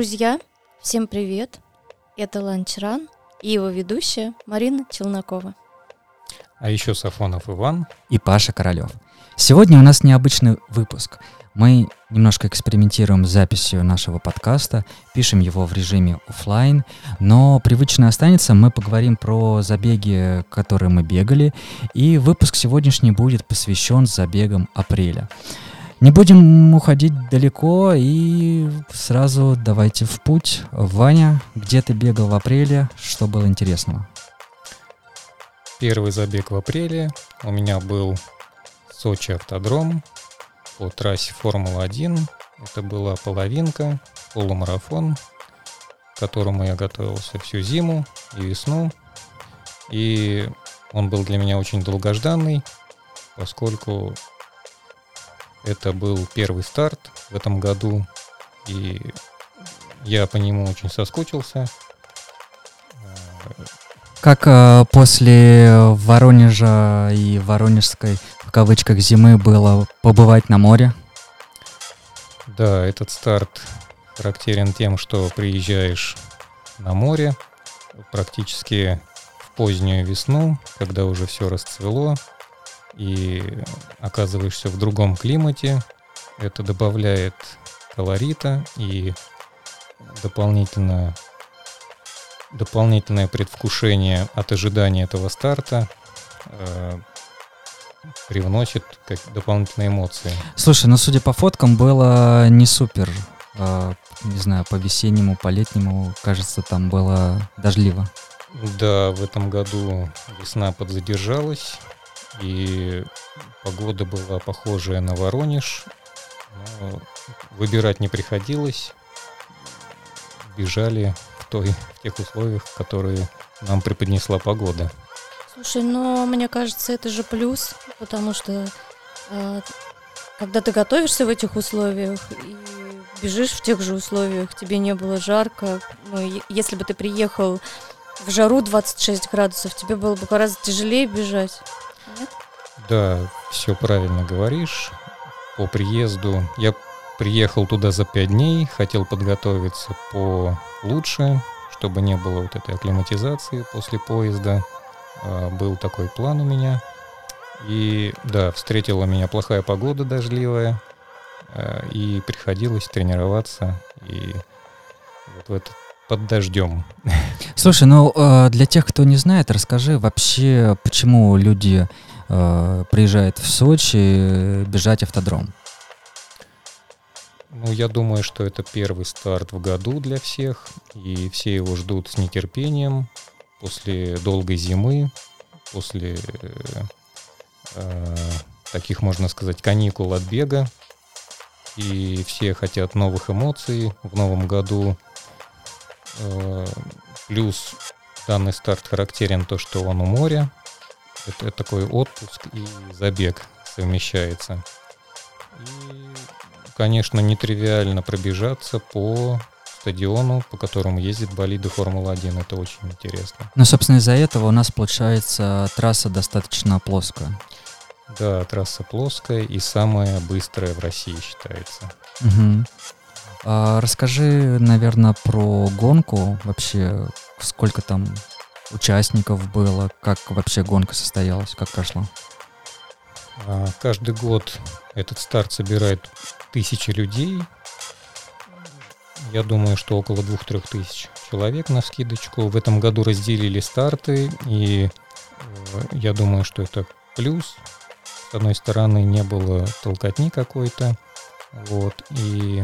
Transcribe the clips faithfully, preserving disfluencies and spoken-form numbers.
Друзья, всем привет! Это Ланчран и его ведущая Марина Челнокова. А еще Сафонов Иван и Паша Королев. Сегодня у нас необычный выпуск. Мы немножко экспериментируем с записью нашего подкаста, пишем его в режиме офлайн, но привычно останется, мы поговорим про забеги, которые мы бегали, и выпуск сегодняшний будет посвящен забегам апреля. Не будем уходить далеко и сразу давайте в путь. Ваня, где ты бегал в апреле? Что было интересного? Первый забег в апреле у меня был Сочи автодром по трассе Формула один. Это была половинка, полумарафон, к которому я готовился всю зиму и весну. И он был для меня очень долгожданный, поскольку это был первый старт в этом году, и я по нему очень соскучился. Как э, после Воронежа и воронежской, в кавычках, зимы было побывать на море? Да, этот старт характерен тем, что приезжаешь на море практически в позднюю весну, когда уже все расцвело, и оказываешься в другом климате. Это добавляет колорита и дополнительно, дополнительное предвкушение от ожидания этого старта э, привносит как дополнительные эмоции. Слушай, ну судя по фоткам, было не супер. Э, не знаю, по весеннему, по летнему, кажется, там было дождливо. Да, в этом году весна подзадержалась. И погода была похожая на Воронеж, но выбирать не приходилось. Бежали в, той, в тех условиях, которые нам преподнесла погода. Слушай, ну, мне кажется, это же плюс, потому что э, когда ты готовишься в этих условиях и бежишь в тех же условиях, тебе не было жарко. Ну, если бы ты приехал в жару двадцать шесть градусов, тебе было бы гораздо тяжелее бежать. Нет? Да, все правильно говоришь. По приезду я приехал туда за пять дней, хотел подготовиться получше, чтобы не было вот этой акклиматизации после поезда. А, был такой план у меня. И да, встретила меня плохая погода, дождливая, а, и приходилось тренироваться и вот в этот под дождем. Слушай, ну э, для тех, кто не знает, расскажи вообще, почему люди э, приезжают в Сочи бежать автодром? Ну, я думаю, что это первый старт в году для всех, и все его ждут с нетерпением после долгой зимы, после э, таких, можно сказать, каникул от бега, и все хотят новых эмоций в новом году. Плюс данный старт характерен то, что он у моря. Это, это такой отпуск и забег совмещается. И, конечно, нетривиально пробежаться по стадиону, по которому ездит болиды Формула один. Это очень интересно. Ну, собственно, из-за этого у нас, получается, трасса достаточно плоская. Да, трасса плоская и самая быстрая в России считается. Угу. А, расскажи, наверное, про гонку. Вообще, сколько там участников было, как вообще гонка состоялась, как прошла? А, каждый год этот старт собирает тысячи людей. Я думаю, что около двух-трех тысяч человек навскидочку. В этом году разделили старты, и я думаю, что это плюс. С одной стороны, не было толкотни какой-то, вот, и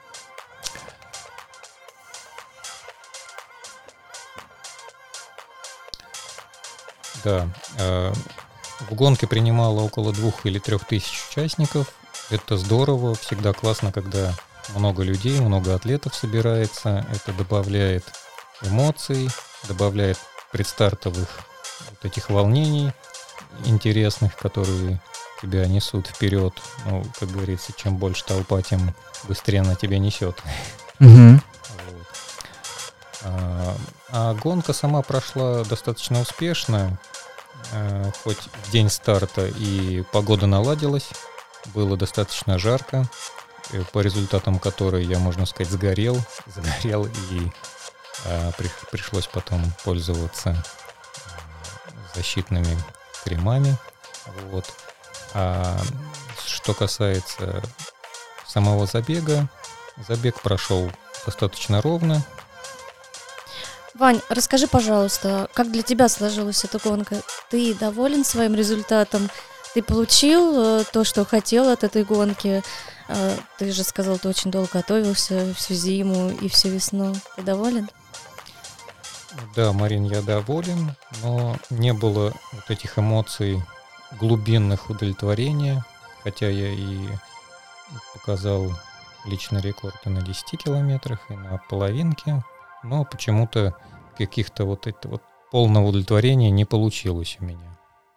да, э, в гонке принимало около двух или трех тысяч участников. Это здорово, всегда классно, когда много людей, много атлетов собирается. Это добавляет эмоций, добавляет предстартовых вот этих волнений интересных, которые тебя несут вперед. Ну, как говорится, чем больше толпа, тем быстрее она тебя несет. Угу. Вот. А, а гонка сама прошла достаточно успешно. Хоть в день старта и погода наладилась, было достаточно жарко, по результатам которой я, можно сказать, сгорел, загорел, и а, при, пришлось потом пользоваться защитными кремами. Вот. А что касается самого забега, забег прошел достаточно ровно. Вань, расскажи, пожалуйста, как для тебя сложилась эта гонка? Ты доволен своим результатом? Ты получил э, то, что хотел от этой гонки? Э, ты же сказал, ты очень долго готовился всю зиму и всю весну. Ты доволен? Да, Марин, я доволен, но не было вот этих эмоций глубинных удовлетворения, хотя я и показал личный рекорд и на десяти километрах, и на половинке, но почему-то каких-то вот это вот полного удовлетворения не получилось у меня.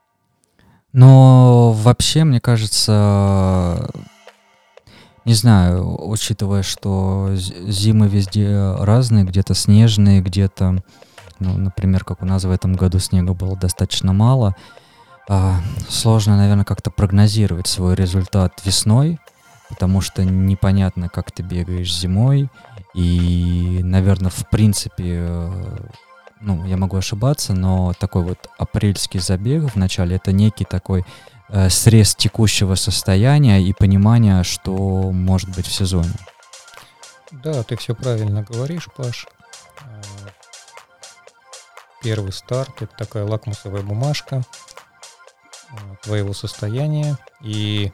Но вообще, мне кажется, не знаю, учитывая, что зимы везде разные, где-то снежные, где-то, ну, например, как у нас в этом году снега было достаточно мало, сложно, наверное, как-то прогнозировать свой результат весной, потому что непонятно, как ты бегаешь зимой, и, наверное, в принципе, ну, я могу ошибаться, но такой вот апрельский забег в начале — это некий такой э, срез текущего состояния и понимания, что может быть в сезоне. Да, ты все правильно говоришь, Паш. Первый старт — это такая лакмусовая бумажка твоего состояния, и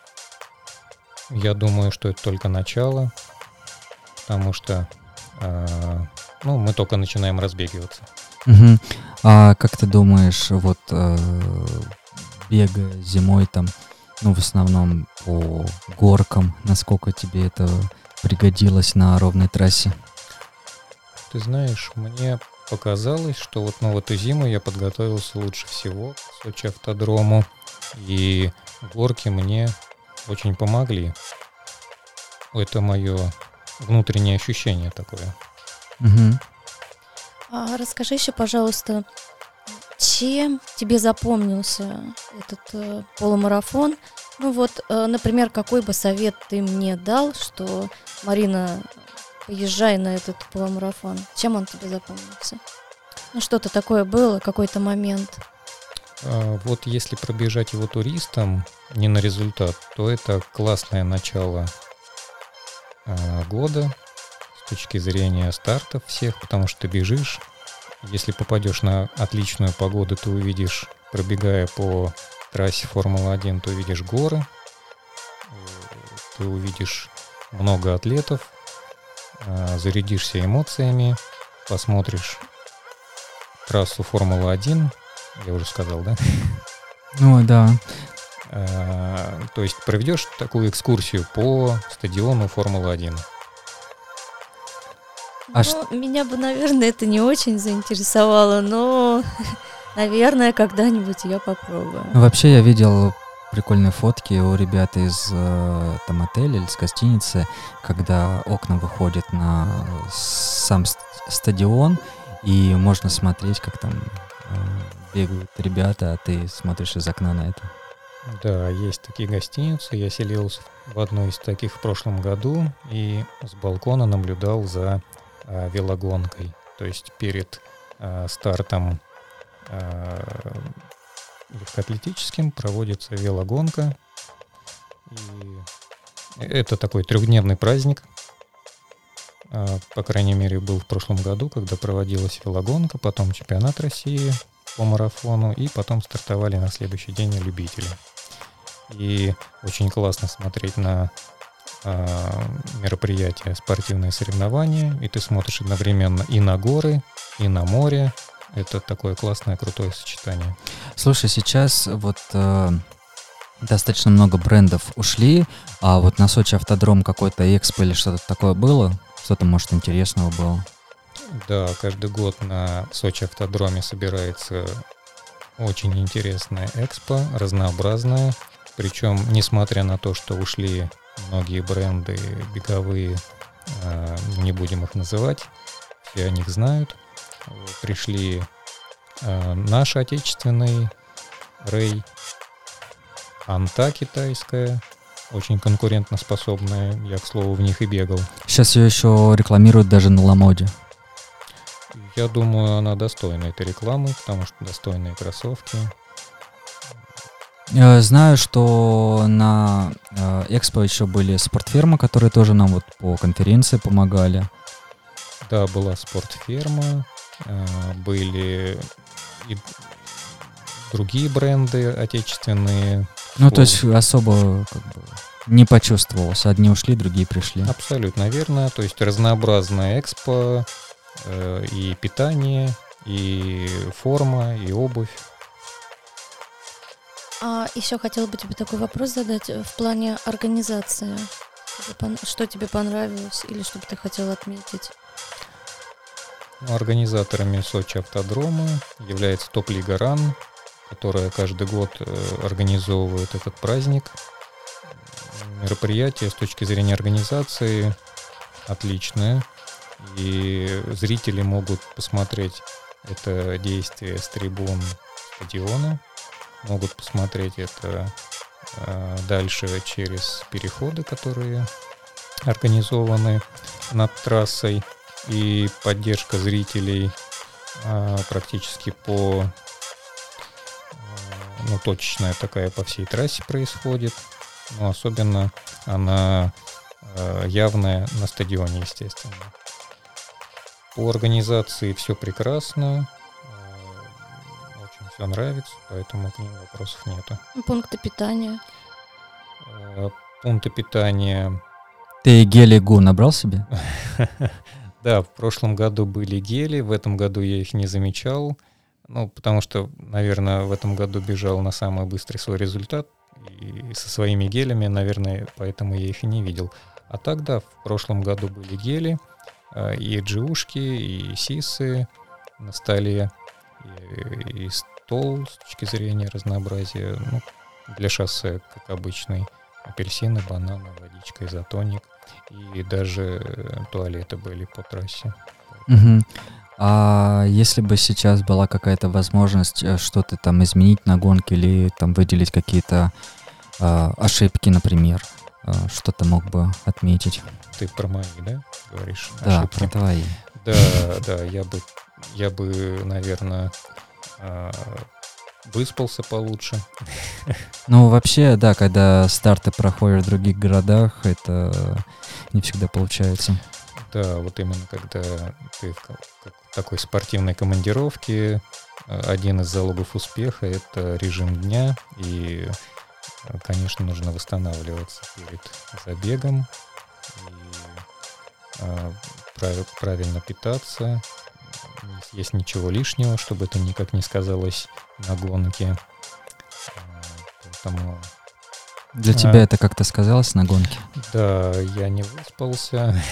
я думаю, что это только начало, потому что э, ну, мы только начинаем разбегиваться. Угу. А как ты думаешь, вот э, бегая зимой там, ну, в основном по горкам, насколько тебе это пригодилось на ровной трассе? Ты знаешь, мне показалось, что вот на эту зиму я подготовился лучше всего к Сочи автодрому, и горки мне очень помогли. Это мое внутреннее ощущение такое. Угу. А расскажи еще, пожалуйста, чем тебе запомнился этот э, полумарафон? Ну вот, э, например, какой бы совет ты мне дал, что, Марина, поезжай на этот полумарафон. Чем он тебе запомнился? Ну что-то такое было, какой-то момент. А, вот если пробежать его туристам, не на результат, то это классное начало а, года с точки зрения стартов всех, потому что ты бежишь. Если попадешь на отличную погоду, ты увидишь, пробегая по трассе Формулы один, ты увидишь горы, ты увидишь много атлетов, зарядишься эмоциями, посмотришь трассу Формулы один, я уже сказал, да? Ну, да. А, то есть проведешь такую экскурсию по стадиону Формулы один. А ну, ш... меня бы, наверное, это не очень заинтересовало, но, наверное, когда-нибудь я попробую. Вообще, я видел прикольные фотки у ребят из там отеля или с гостиницы, когда окна выходят на сам стадион, и можно смотреть, как там бегают ребята, а ты смотришь из окна на это. Да, есть такие гостиницы. Я селился в одной из таких в прошлом году и с балкона наблюдал за а, велогонкой. То есть перед а, стартом а, легкоатлетическим проводится велогонка. И это такой трехдневный праздник. А, по крайней мере, был в прошлом году, когда проводилась велогонка, потом чемпионат России по марафону, и потом стартовали на следующий день любители. И очень классно смотреть на э, мероприятия, спортивные соревнования, и ты смотришь одновременно и на горы, и на море. Это такое классное, крутое сочетание. Слушай, сейчас вот э, достаточно много брендов ушли, а вот на Сочи автодром какой-то экспо или что-то такое было? Что-то, может, интересного было? Да, каждый год на Сочи автодроме собирается очень интересная экспо, разнообразная. Причем, несмотря на то, что ушли многие бренды беговые, э, не будем их называть, все о них знают. Пришли э, наши отечественные, Рэй, Анта китайская, очень конкурентоспособная. Я, к слову, в них и бегал. Сейчас ее еще рекламируют даже на Ламоде. Я думаю, она достойна этой рекламы, потому что достойные кроссовки. Знаю, что на э, Экспо еще были спортфермы, которые тоже нам вот по конференции помогали. Да, была спортферма, э, были и другие бренды отечественные. Ну, то есть особо как бы не почувствовалось. Одни ушли, другие пришли. Абсолютно верно. То есть разнообразная Экспо, э, и питание, и форма, и обувь. А еще хотела бы тебе такой вопрос задать в плане организации. Что тебе понравилось или что бы ты хотел отметить? Ну, организаторами Сочи автодрома является Топ-лига Ран, которая каждый год организовывает этот праздник. Мероприятие с точки зрения организации отличное, и зрители могут посмотреть это действие с трибун стадиона, могут посмотреть это э, дальше через переходы, которые организованы над трассой, и поддержка зрителей э, практически по, э, ну, точечная такая по всей трассе происходит, но особенно она э, явная на стадионе, естественно. По организации все прекрасно. Все нравится, поэтому к ним вопросов нету. Пункты питания. Пункты питания. Ты гели ГУ набрал себе? Да, в прошлом году были гели, в этом году я их не замечал. Ну, потому что, наверное, в этом году бежал на самый быстрый свой результат. И со своими гелями, наверное, поэтому я их и не видел. А так, да, в прошлом году были гели, и джиушки, и сисы на столе, и, и стол с точки зрения разнообразия. Ну, для шоссе, как обычный, апельсины, бананы, водичка, изотоник. И даже туалеты были по трассе. Угу. А если бы сейчас была какая-то возможность что-то там изменить на гонке или там выделить какие-то э, ошибки, например, э, что ты мог бы отметить? Ты про мои, да, говоришь? Да, ошибки? про твои. Да, да, я бы, я бы, наверное, э, выспался получше. Ну, вообще, да, когда старты проходят в других городах, это не всегда получается. Да, вот именно когда ты в такой спортивной командировке, один из залогов успеха — это режим дня, и, конечно, нужно восстанавливаться перед забегом, и прав- правильно питаться, не есть ничего лишнего, чтобы это никак не сказалось на гонке. Поэтому... Для а, тебя это как-то сказалось на гонке? Да, я не выспался.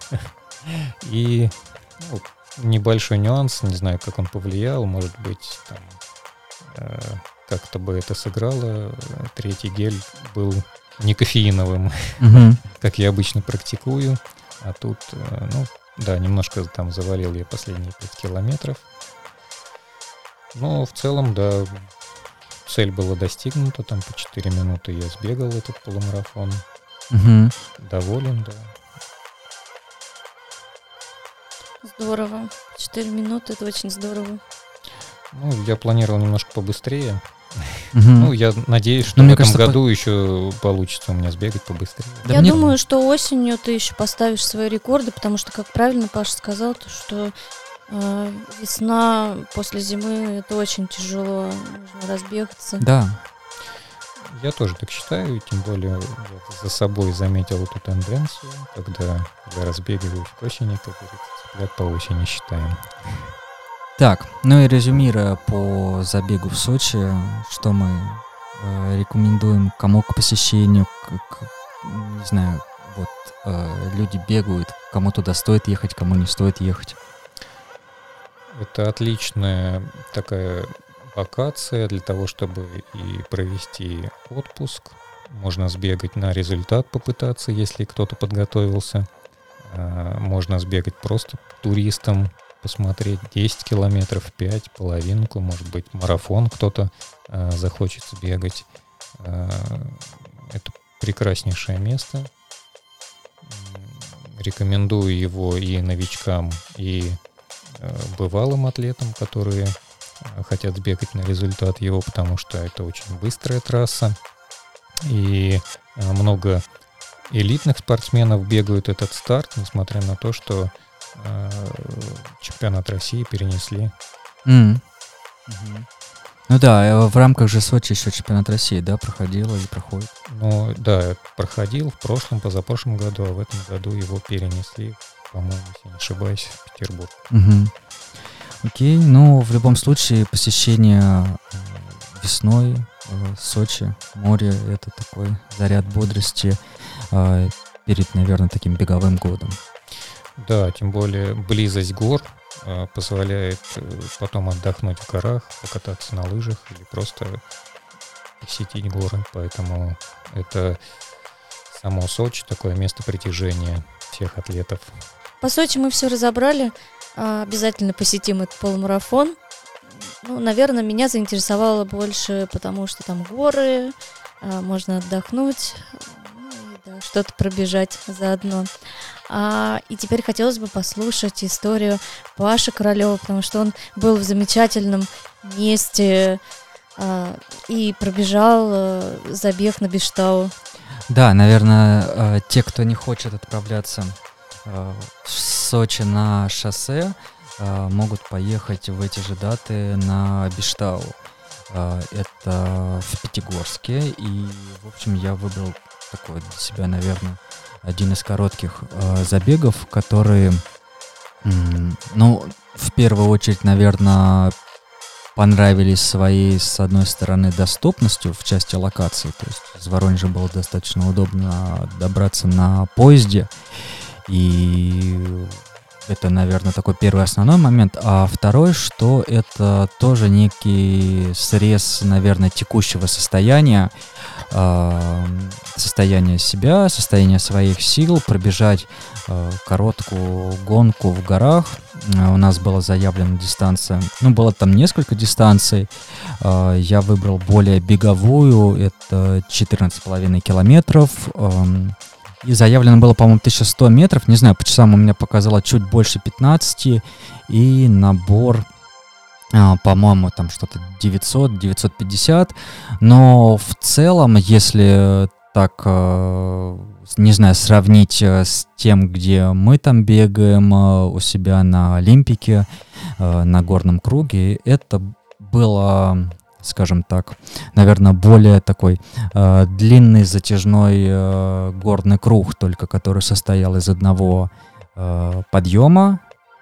И ну, небольшой нюанс, не знаю, как он повлиял, может быть, там, э, как-то бы это сыграло. Третий гель был не кофеиновым, uh-huh. как я обычно практикую. А тут, э, ну, да, немножко там завалил я последние пять километров. Но в целом, да, цель была достигнута, там по четыре минуты я сбегал этот полумарафон. Uh-huh. Доволен, да. Здорово. четыре минуты, это очень здорово. Ну, я планировал немножко побыстрее. Uh-huh. Ну, я надеюсь, что Но в этом кажется, году по... еще получится у меня сбегать побыстрее. Да я мне... думаю, что осенью ты еще поставишь свои рекорды, потому что, как правильно Паша сказал, то, что э, весна после зимы — это очень тяжело, нужно разбегаться. Да. Я тоже так считаю, тем более я за собой заметил эту тенденцию, когда я разбегиваюсь к осени, как говорится, цыплят по осени считаем. Так, ну и резюмируя по забегу в Сочи, что мы э, рекомендуем кому к посещению, к, к, не знаю, вот э, люди бегают, кому туда стоит ехать, кому не стоит ехать. Это отличная такая локация для того, чтобы и провести отпуск. Можно сбегать на результат, попытаться, если кто-то подготовился. Э, можно сбегать просто туристам, посмотреть десять километров, пять, половинку, может быть, марафон кто-то э, захочет сбегать. Э, это прекраснейшее место. Рекомендую его и новичкам, и бывалым атлетам, которые хотят сбегать на результат его, потому что это очень быстрая трасса. И много элитных спортсменов бегают этот старт, несмотря на то, что э, чемпионат России перенесли. Mm. Mm-hmm. Ну да, в рамках же Сочи еще чемпионат России, да, проходил и проходит. Ну да, проходил в прошлом, позапрошлом году, а в этом году его перенесли, по-моему, если не ошибаюсь, в Петербург. Mm-hmm. Окей, ну в любом случае посещение весной Сочи, море — это такой заряд бодрости э, перед, наверное, таким беговым годом. Да, тем более близость гор э, позволяет э, потом отдохнуть в горах, покататься на лыжах или просто посетить горы. Поэтому это само Сочи такое место притяжения всех атлетов. По Сочи мы все разобрали. Обязательно посетим этот полумарафон. Ну, наверное, меня заинтересовало больше, потому что там горы, можно отдохнуть, ну, и, да, что-то пробежать заодно. А, и теперь хотелось бы послушать историю Паши Королева, потому что он был в замечательном месте а, и пробежал а, забег на Биштау. Да, наверное, те, кто не хочет отправляться в Сочи на шоссе, могут поехать в эти же даты на Биштау. Это в Пятигорске. И, в общем, я выбрал такой для себя, наверное, один из коротких забегов, которые, ну, в первую очередь, наверное, понравились своей, с одной стороны, доступностью в части локации. То есть из Воронежа было достаточно удобно добраться на поезде. И это, наверное, такой первый основной момент. А второй, что это тоже некий срез, наверное, текущего состояния, э, состояния себя, состояния своих сил, пробежать э, короткую гонку в горах. Э, у нас была заявлена дистанция, ну, было там несколько дистанций. Э, я выбрал более беговую, это четырнадцать с половиной километров. Э, И заявлено было, по-моему, тысяча сто метров. Не знаю, по часам у меня показало чуть больше пятнадцати. И набор, а, по-моему, там что-то девятьсот девятьсот пятьдесят. Но в целом, если так, а, не знаю, сравнить с тем, где мы там бегаем а, у себя на Олимпике, а, на горном круге, это было, скажем так, наверное, более такой э, длинный затяжной э, горный круг, только который состоял из одного э, подъема,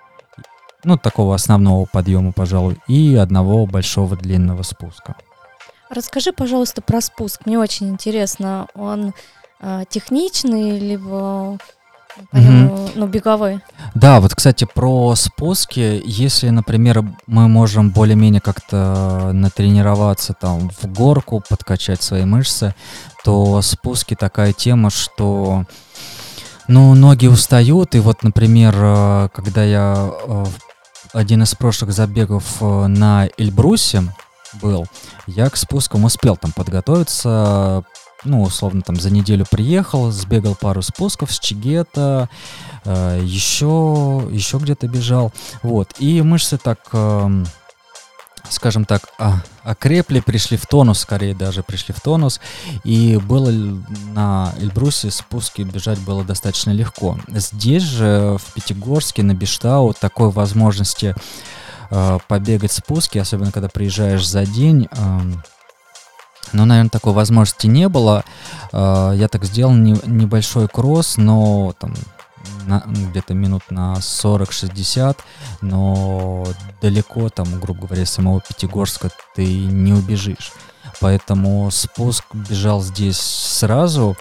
ну, такого основного подъема, пожалуй, и одного большого длинного спуска. Расскажи, пожалуйста, про спуск. Мне очень интересно, он э, техничный, либо... Mm-hmm. Ну, беговой. Да, вот, кстати, про спуски. Если, например, мы можем более-менее как-то натренироваться там в горку, подкачать свои мышцы, то спуски такая тема, что, ну, ноги устают. И вот, например, когда я один из прошлых забегов на Эльбрусе был, я к спускам успел там подготовиться. Ну, условно, там за неделю приехал, сбегал пару спусков с Чигета, э, еще, еще где-то бежал. Вот. И мышцы так, э, скажем так, а, окрепли, пришли в тонус, скорее даже пришли в тонус. И было на Эльбрусе спуски бежать было достаточно легко. Здесь же, в Пятигорске, на Биштау, такой возможности э, побегать спуски, особенно когда приезжаешь за день, э, но, наверное, такой возможности не было. Я так сделал не, небольшой кросс, но там на, где-то минут на сорок-шестьдесят, но далеко, там, грубо говоря, из самого Пятигорска ты не убежишь. Поэтому спуск бежал здесь сразу.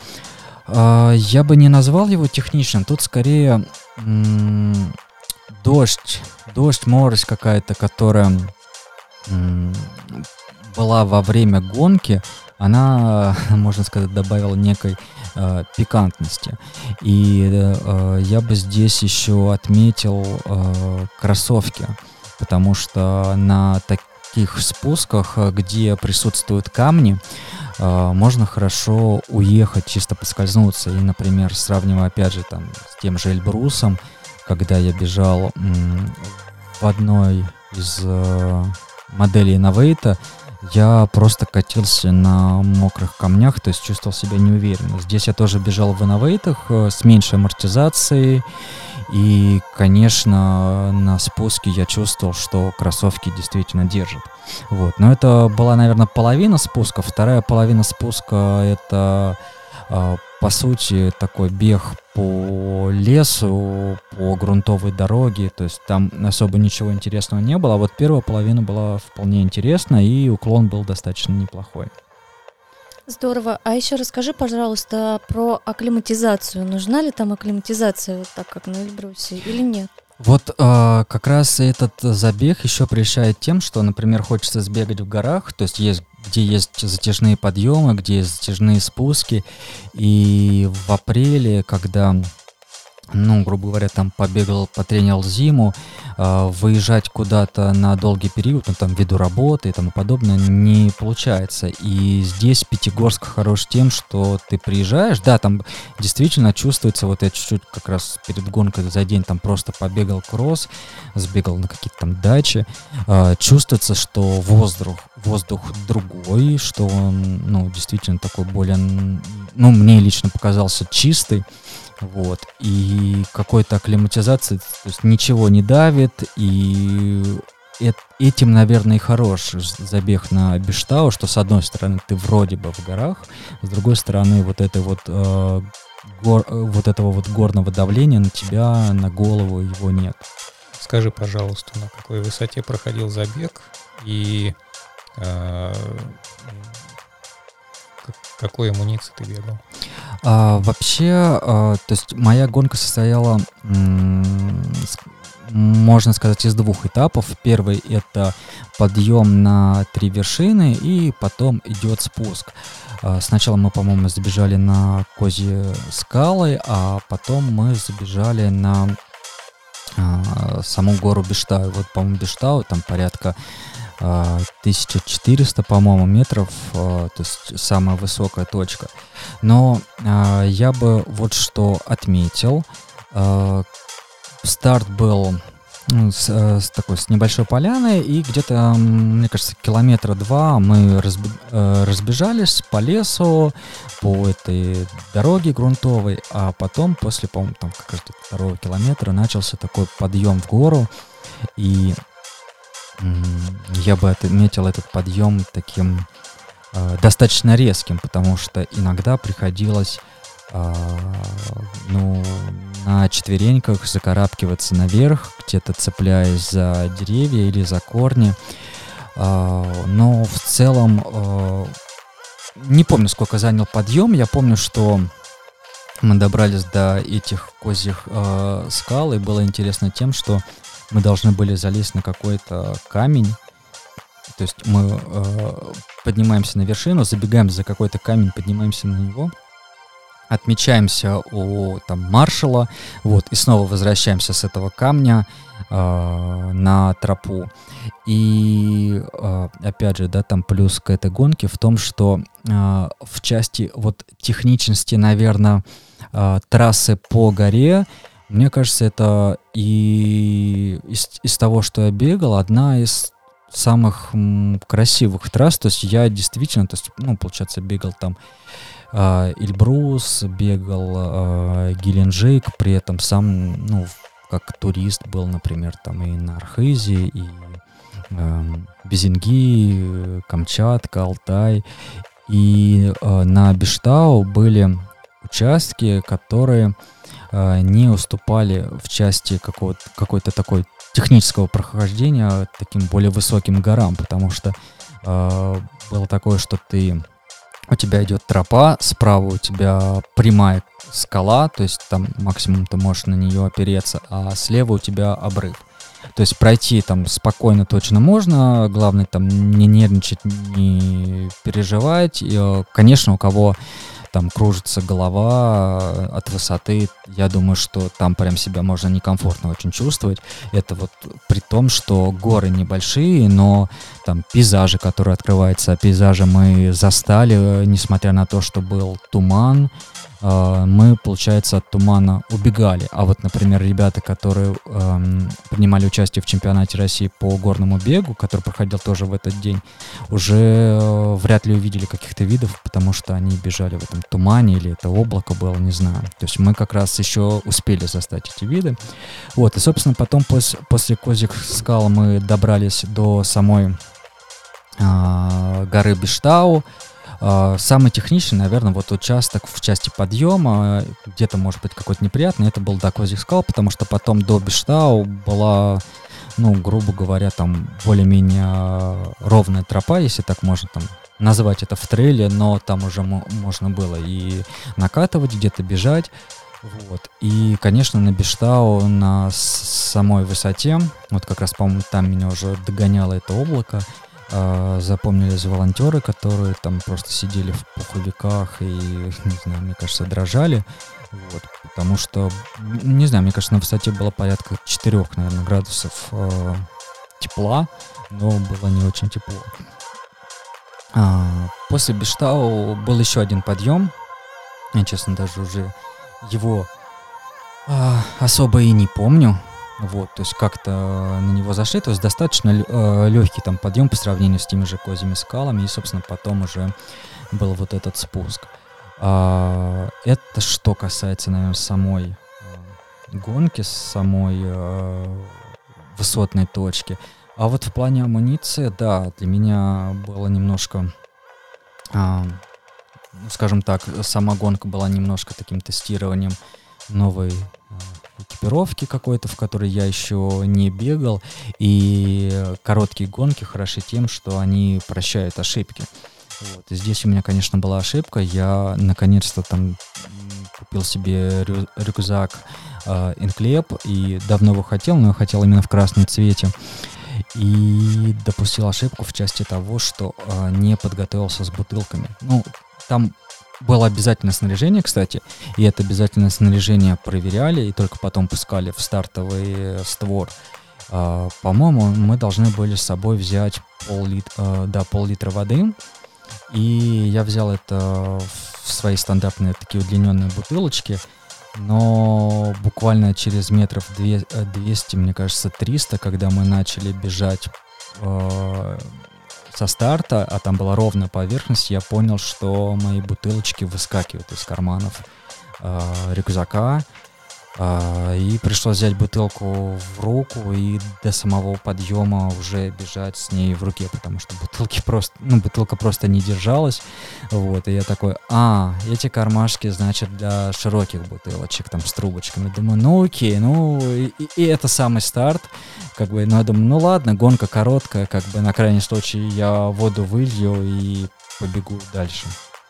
Я бы не назвал его техничным. Тут скорее м- дождь, дождь, морось какая-то, которая... М- была во время гонки, она, можно сказать, добавила некой э, пикантности. И э, я бы здесь еще отметил э, кроссовки, потому что на таких спусках, где присутствуют камни, э, можно хорошо уехать, чисто поскользнуться. И, например, сравнивая опять же там с тем же Эльбрусом, когда я бежал м, в одной из э, моделей Innovate, я просто катился на мокрых камнях, то есть чувствовал себя неуверенно. Здесь я тоже бежал в Innovate э, с меньшей амортизацией. И, конечно, на спуске я чувствовал, что кроссовки действительно держат. Вот. Но это была, наверное, половина спуска. Вторая половина спуска — это, по сути, такой бег по лесу, по грунтовой дороге. То есть там особо ничего интересного не было. А вот первая половина была вполне интересна, и уклон был достаточно неплохой. Здорово. А еще расскажи, пожалуйста, про акклиматизацию. Нужна ли там акклиматизация, вот так как на Эльбрусе, или нет? Вот э, как раз этот забег еще прельщает тем, что, например, хочется сбегать в горах, то есть, есть где есть затяжные подъемы, где есть затяжные спуски. И в апреле, когда, ну, грубо говоря, там побегал, потренил зиму, э, выезжать куда-то на долгий период, ну, там, ввиду работы и тому подобное, не получается. И здесь Пятигорск хорош тем, что ты приезжаешь, да, там действительно чувствуется, вот я чуть-чуть как раз перед гонкой за день там просто побегал кросс, сбегал на какие-то там дачи, э, чувствуется, что воздух, воздух другой, что он, ну, действительно такой более, ну, мне лично показался чистый. Вот, и какой-то акклиматизации, то есть ничего не давит, и этим, наверное, и хорош забег на Биштау, что с одной стороны ты вроде бы в горах, с другой стороны вот этой вот э, гор, вот этого вот горного давления на тебя, на голову его нет. Скажи, пожалуйста, на какой высоте проходил забег и э, какой амуниции ты бегал? А, вообще, а, то есть моя гонка состояла, м- с, можно сказать, из двух этапов. Первый — это подъем на три вершины, и потом идет спуск. А, сначала мы, по-моему, забежали на Козьи скалы, а потом мы забежали на а, саму гору Биштау. Вот, по-моему, Биштау там порядка тысяча четыреста, по-моему, метров, то есть самая высокая точка. Но я бы вот что отметил. Старт был с, с такой, с небольшой поляной, и где-то, мне кажется, километра два мы разбежались по лесу, по этой дороге грунтовой, а потом, после, по-моему, там как раз второго километра начался такой подъем в гору, и я бы отметил этот подъем таким э, достаточно резким, потому что иногда приходилось э, ну, на четвереньках закарабкиваться наверх, где-то цепляясь за деревья или за корни. Э, но в целом э, не помню, сколько занял подъем. Я помню, что мы добрались до этих козьих э, скал, и было интересно тем, что мы должны были залезть на какой-то камень. То есть мы э, поднимаемся на вершину, забегаем за какой-то камень, поднимаемся на него, отмечаемся у там маршала, вот, и снова возвращаемся с этого камня э, на тропу. И э, опять же, да, там плюс к этой гонке в том, что э, в части вот техничности, наверное, э, трассы по горе, мне кажется, это и из, из того, что я бегал, одна из самых м, красивых трасс. То есть я действительно, то есть, ну, получается, бегал там э, Эльбрус, бегал э, Геленджик, при этом сам, ну, как турист был, например, там и на Архизе, и э, Безинги, Камчатка, Алтай. И э, на Биштау были участки, которые не уступали в части какого-то, какой-то такой технического прохождения таким более высоким горам, потому что э, было такое, что ты, у тебя идет тропа, справа у тебя прямая скала, то есть там максимум ты можешь на нее опереться, а слева у тебя обрыв. То есть пройти там спокойно точно можно, главное там не нервничать, не переживать. И, конечно, у кого там кружится голова от высоты. Я думаю, что там прям себя можно некомфортно очень чувствовать. Это вот при том, что горы небольшие, но там пейзажи, которые открываются, а пейзажи мы застали, несмотря на то, что был туман, мы, получается, от тумана убегали. А вот, например, ребята, которые эм, принимали участие в чемпионате России по горному бегу, который проходил тоже в этот день, уже э, вряд ли увидели каких-то видов, потому что они бежали в этом тумане, или это облако было, не знаю. То есть мы как раз еще успели застать эти виды. Вот, и, собственно, потом пос- после Козьих скал мы добрались до самой э, горы Биштау. Uh, самый техничный, наверное, вот участок в части подъема, где-то, может быть, какой-то неприятный, это был до Козьих скал, потому что потом до Биштау была, ну, грубо говоря, там более-менее ровная тропа, если так можно там назвать это в трейле, но там уже м- можно было и накатывать, где-то бежать. Вот. И, конечно, на Биштау, на с- самой высоте, вот как раз, по-моему, там меня уже догоняло это облако, Uh, запомнились волонтеры, которые там просто сидели в пуховиках и, не знаю, мне кажется, дрожали, вот, потому что, не знаю, мне кажется, на высоте было порядка четырех, наверное, градусов uh, тепла, но было не очень тепло. Uh, после Биштау был еще один подъем, я, честно, даже уже его uh, особо и не помню. Вот, то есть как-то на него зашли, то есть достаточно э, легкий там подъем по сравнению с теми же Козьими скалами, и, собственно, потом уже был вот этот спуск. А, это что касается, наверное, самой э, гонки, самой э, высотной точки. А вот в плане амуниции, да, для меня было немножко, э, скажем так, сама гонка была немножко таким тестированием новой экипировки какой-то, в которой я еще не бегал, и короткие гонки хороши тем, что они прощают ошибки. Вот. И здесь у меня, конечно, была ошибка. Я наконец-то там купил себе рю- рюкзак э, Инклеп, и давно его хотел, но я хотел именно в красном цвете. И допустил ошибку в части того, что э, не подготовился с бутылками. Ну, там было обязательное снаряжение, кстати, и это обязательное снаряжение проверяли и только потом пускали в стартовый створ. А, по-моему, мы должны были с собой взять пол-лит- а, да, пол-литра воды, и я взял это в свои стандартные такие удлиненные бутылочки, но буквально через метров двести, мне кажется, триста, когда мы начали бежать а, со старта, а там была ровная поверхность, я понял, что мои бутылочки выскакивают из карманов э, рюкзака, э, и пришлось взять бутылку в руку и до самого подъема уже бежать с ней в руке, потому что бутылки просто, ну, бутылка просто не держалась, вот, и я такой, а, эти кармашки, значит, для широких бутылочек, там, с трубочками, думаю, ну, окей, ну, и, и это самый старт, как бы, ну, я думаю, ну, ладно, гонка короткая, как бы, на крайний случай я воду вылью и побегу дальше.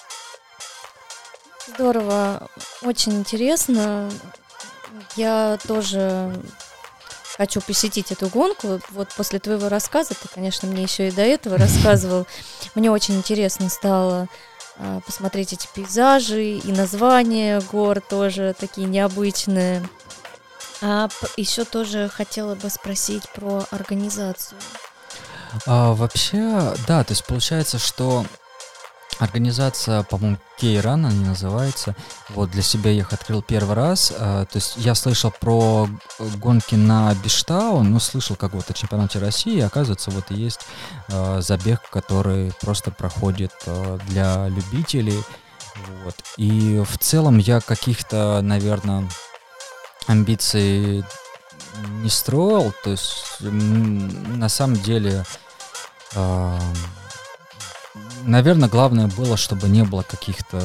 Здорово, очень интересно. Я тоже хочу посетить эту гонку. Вот после твоего рассказа, ты, конечно, мне еще и до этого рассказывал, мне очень интересно стало а, посмотреть эти пейзажи, и названия гор тоже такие необычные. А п- еще тоже хотела бы спросить про организацию. А, вообще, да, то есть получается, что организация, по-моему, Кей-Ран она называется. Вот, для себя я их открыл первый раз. А, то есть я слышал про гонки на Биштау, но слышал как вот о чемпионате России. И, оказывается, вот и есть а, забег, который просто проходит а, для любителей. Вот. И в целом я каких-то, наверное, амбиций не строил. То есть м, на самом деле... а, Наверное, главное было, чтобы не было каких-то,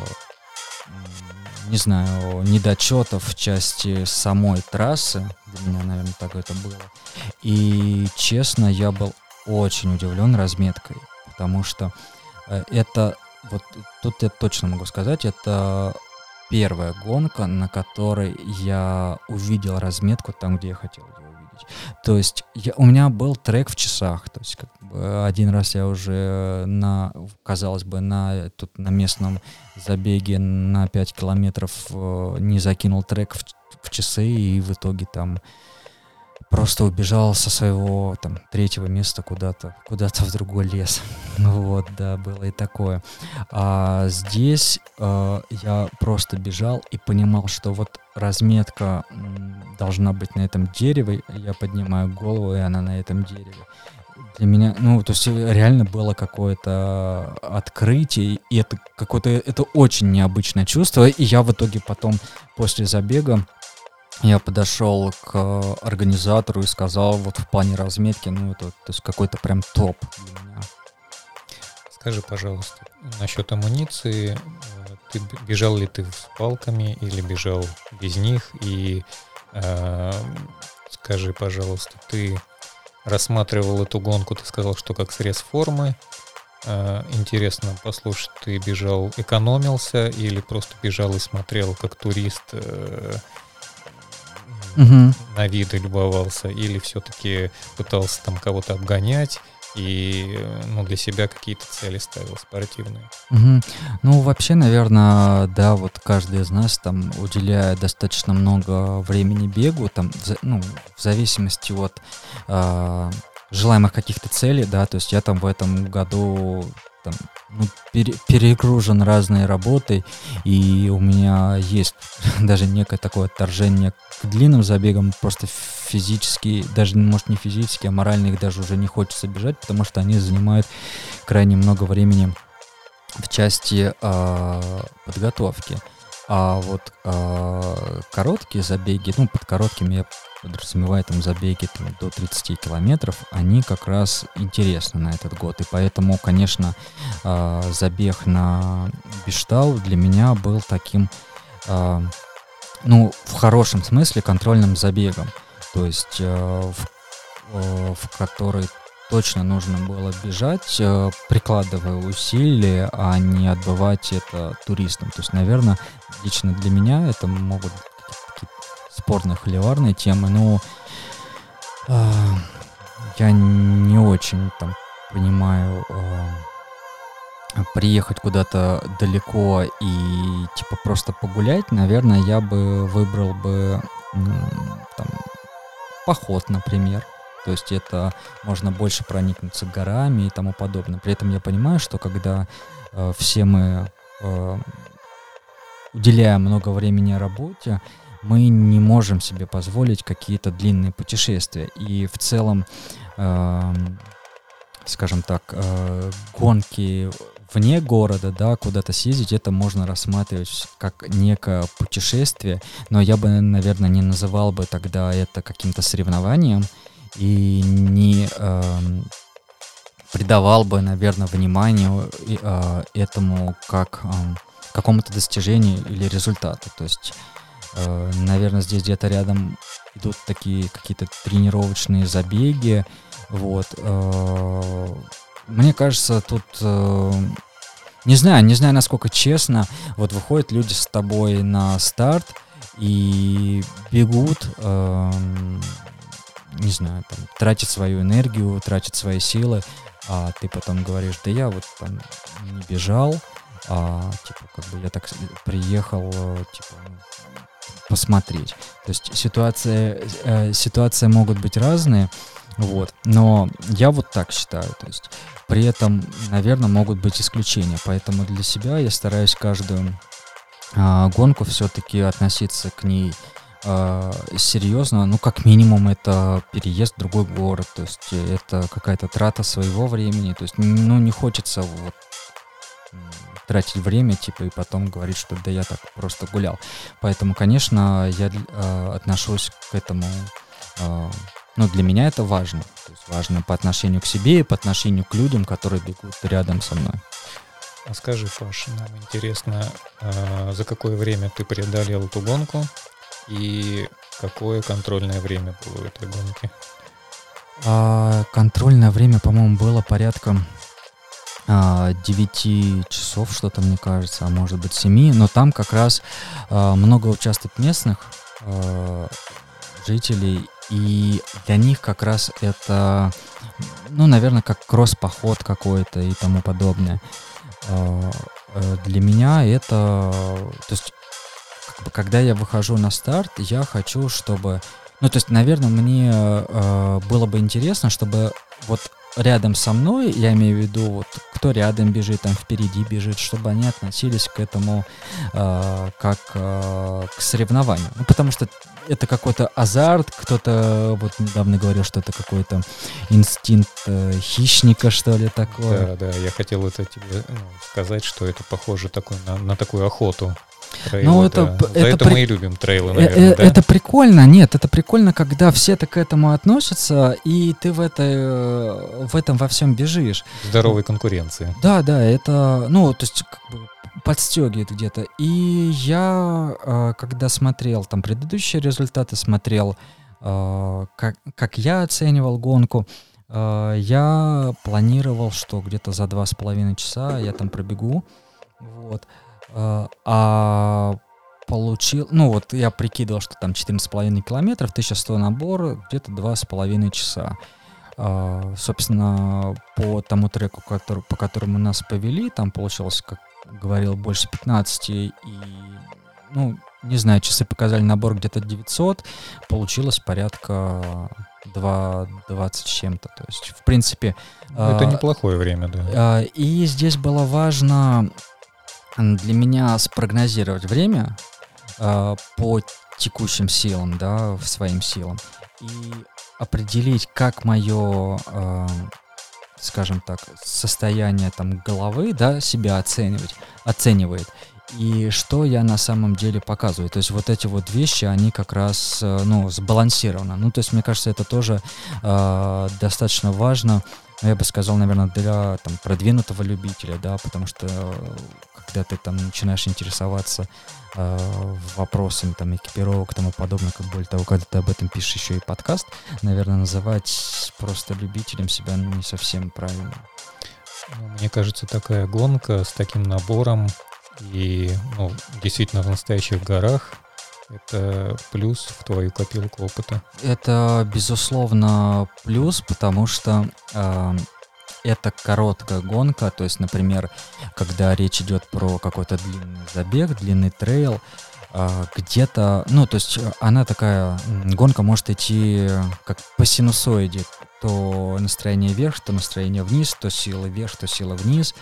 не знаю, недочетов в части самой трассы. Для меня, наверное, так это было. И, честно, я был очень удивлен разметкой, потому что это, вот тут я точно могу сказать, это первая гонка, на которой я увидел разметку там, где я хотел ее увидеть. То есть я, у меня был трек в часах, то есть как бы один раз я уже на, казалось бы, на, тут на местном забеге на пять километров э, не закинул трек в, в часы, и в итоге там просто убежал со своего там третьего места куда-то, куда-то в другой лес. Вот, да, было и такое. А здесь э, я просто бежал и понимал, что вот разметка м, должна быть на этом дереве. Я поднимаю голову, и она на этом дереве. Для меня, ну, то есть реально было какое-то открытие, и это какое-то, это очень необычное чувство. И я в итоге потом, после забега, я подошел к организатору и сказал, вот в плане разметки, ну, это то есть какой-то прям топ для меня. Скажи, пожалуйста, насчет амуниции, ты бежал ли ты с палками или бежал без них? И э, скажи, пожалуйста, ты рассматривал эту гонку, ты сказал, что как срез формы. Э, интересно послушать, ты бежал, экономился или просто бежал и смотрел как турист, э, Угу. на виды любовался, или все-таки пытался там кого-то обгонять и, ну, для себя какие-то цели ставил спортивные? Угу. Ну, вообще, наверное, да, вот каждый из нас там уделяет достаточно много времени бегу, там, в, ну, в зависимости от э, желаемых каких-то целей, да, то есть я там в этом году там, ну, пере, перегружен разной работой, и у меня есть даже некое такое отторжение к длинным забегам, просто физически, даже, может, не физически, а морально их даже уже не хочется бежать, потому что они занимают крайне много времени в части э, подготовки. А вот э, короткие забеги, ну, под короткими я подразумеваю там забеги там, до тридцати километров, они как раз интересны на этот год. И поэтому, конечно, э, забег на Биштау для меня был таким, э, ну, в хорошем смысле, контрольным забегом. То есть, э, в, э, в который точно нужно было бежать, э, прикладывая усилия, а не отбывать это туристам. То есть, наверное, лично для меня это могут быть какие-то спорные, холиварные темы, но э, я не очень там понимаю э, приехать куда-то далеко и типа просто погулять. Наверное, я бы выбрал бы там поход, например. То есть это можно больше проникнуться горами и тому подобное. При этом я понимаю, что когда э, все мы э, уделяем много времени работе, мы не можем себе позволить какие-то длинные путешествия. И в целом, э, скажем так, э, гонки вне города, да, куда-то съездить, это можно рассматривать как некое путешествие. Но я бы, наверное, не называл бы тогда это каким-то соревнованием. И не э, придавал бы, наверное, вниманию э, этому как э, какому-то достижению или результату. То есть, э, наверное, здесь где-то рядом идут такие какие-то тренировочные забеги. Вот. Э, мне кажется, тут... Э, не знаю, не знаю, насколько честно, вот выходят люди с тобой на старт и бегут... Э, не знаю, там, тратит свою энергию, тратит свои силы, а ты потом говоришь, да я вот там не бежал, а типа как бы я так приехал, типа, посмотреть. То есть ситуация, э, ситуации могут быть разные, вот, но я вот так считаю, то есть при этом, наверное, могут быть исключения, поэтому для себя я стараюсь каждую э, гонку все-таки относиться к ней серьезно, ну, как минимум, это переезд в другой город, то есть это какая-то трата своего времени, то есть, ну, не хочется вот тратить время, типа, и потом говорить, что да я так просто гулял. Поэтому, конечно, я э, отношусь к этому, э, ну, для меня это важно, то есть важно по отношению к себе и по отношению к людям, которые бегут рядом со мной. А скажи, Паш, нам интересно, э, за какое время ты преодолел эту гонку? И какое контрольное время было у этой гонки? А, контрольное время, по-моему, было порядка а, девяти часов, что-то, мне кажется, а может быть семи. Но там как раз а, много участвует местных а, жителей, и для них как раз это, ну, наверное, как кросс-поход какой-то и тому подобное. Для меня это, то есть, как бы, когда я выхожу на старт, я хочу, чтобы, ну, то есть, наверное, мне было бы интересно, чтобы вот рядом со мной, я имею в виду, вот, кто рядом бежит, там впереди бежит, чтобы они относились к этому э, как э, к соревнованию. Ну, потому что это какой-то азарт, кто-то вот недавно говорил, что это какой-то инстинкт э, хищника, что ли, такое. Да, да, я хотел это тебе ну, сказать, что это похоже такой, на, на такую охоту. Трейлы, ну, это, это, За это, это при... мы и любим трейлы, наверное, э- да? Это прикольно, нет, это прикольно, когда все так к этому относятся, и ты в, это, в этом во всем бежишь. Здоровой конкуренции. Да, да, это, ну, то есть, как бы подстегивает где-то. И я, когда смотрел там предыдущие результаты, смотрел, как, как я оценивал гонку, я планировал, что где-то за два с половиной часа я там пробегу, вот. А получил, ну вот я прикидывал, что там четырнадцать с половиной километров, тысяча сто набор, где-то два с половиной часа. А, собственно, по тому треку, который, по которому нас повели, там получилось, как говорил, больше пятнадцати, и, ну, не знаю, часы показали набор где-то девятьсот, получилось порядка два двадцать с чем-то, то есть, в принципе... Это а, неплохое время, да. А, и здесь было важно для меня спрогнозировать время э, по текущим силам, да, своим силам, и определить, как мое, э, скажем так, состояние там головы, да, себя оценивать, оценивает, и что я на самом деле показываю. То есть вот эти вот вещи, они как раз, э, ну, сбалансированы. Ну, то есть, мне кажется, это тоже э, достаточно важно, я бы сказал, наверное, для там, продвинутого любителя, да, потому что когда ты там начинаешь интересоваться э, вопросами там экипировок и тому подобное, как более того, когда ты об этом пишешь еще и подкаст, наверное, называть просто любителем себя не совсем правильно. Мне кажется, такая гонка с таким набором и, ну, действительно в настоящих горах это плюс в твою копилку опыта. Это, безусловно, плюс, потому что э, это короткая гонка, то есть, например, когда речь идет про какой-то длинный забег, длинный трейл, э, где-то, ну, то есть она такая, гонка может идти как по синусоиде, то настроение вверх, то настроение вниз, то сила вверх, то сила вниз.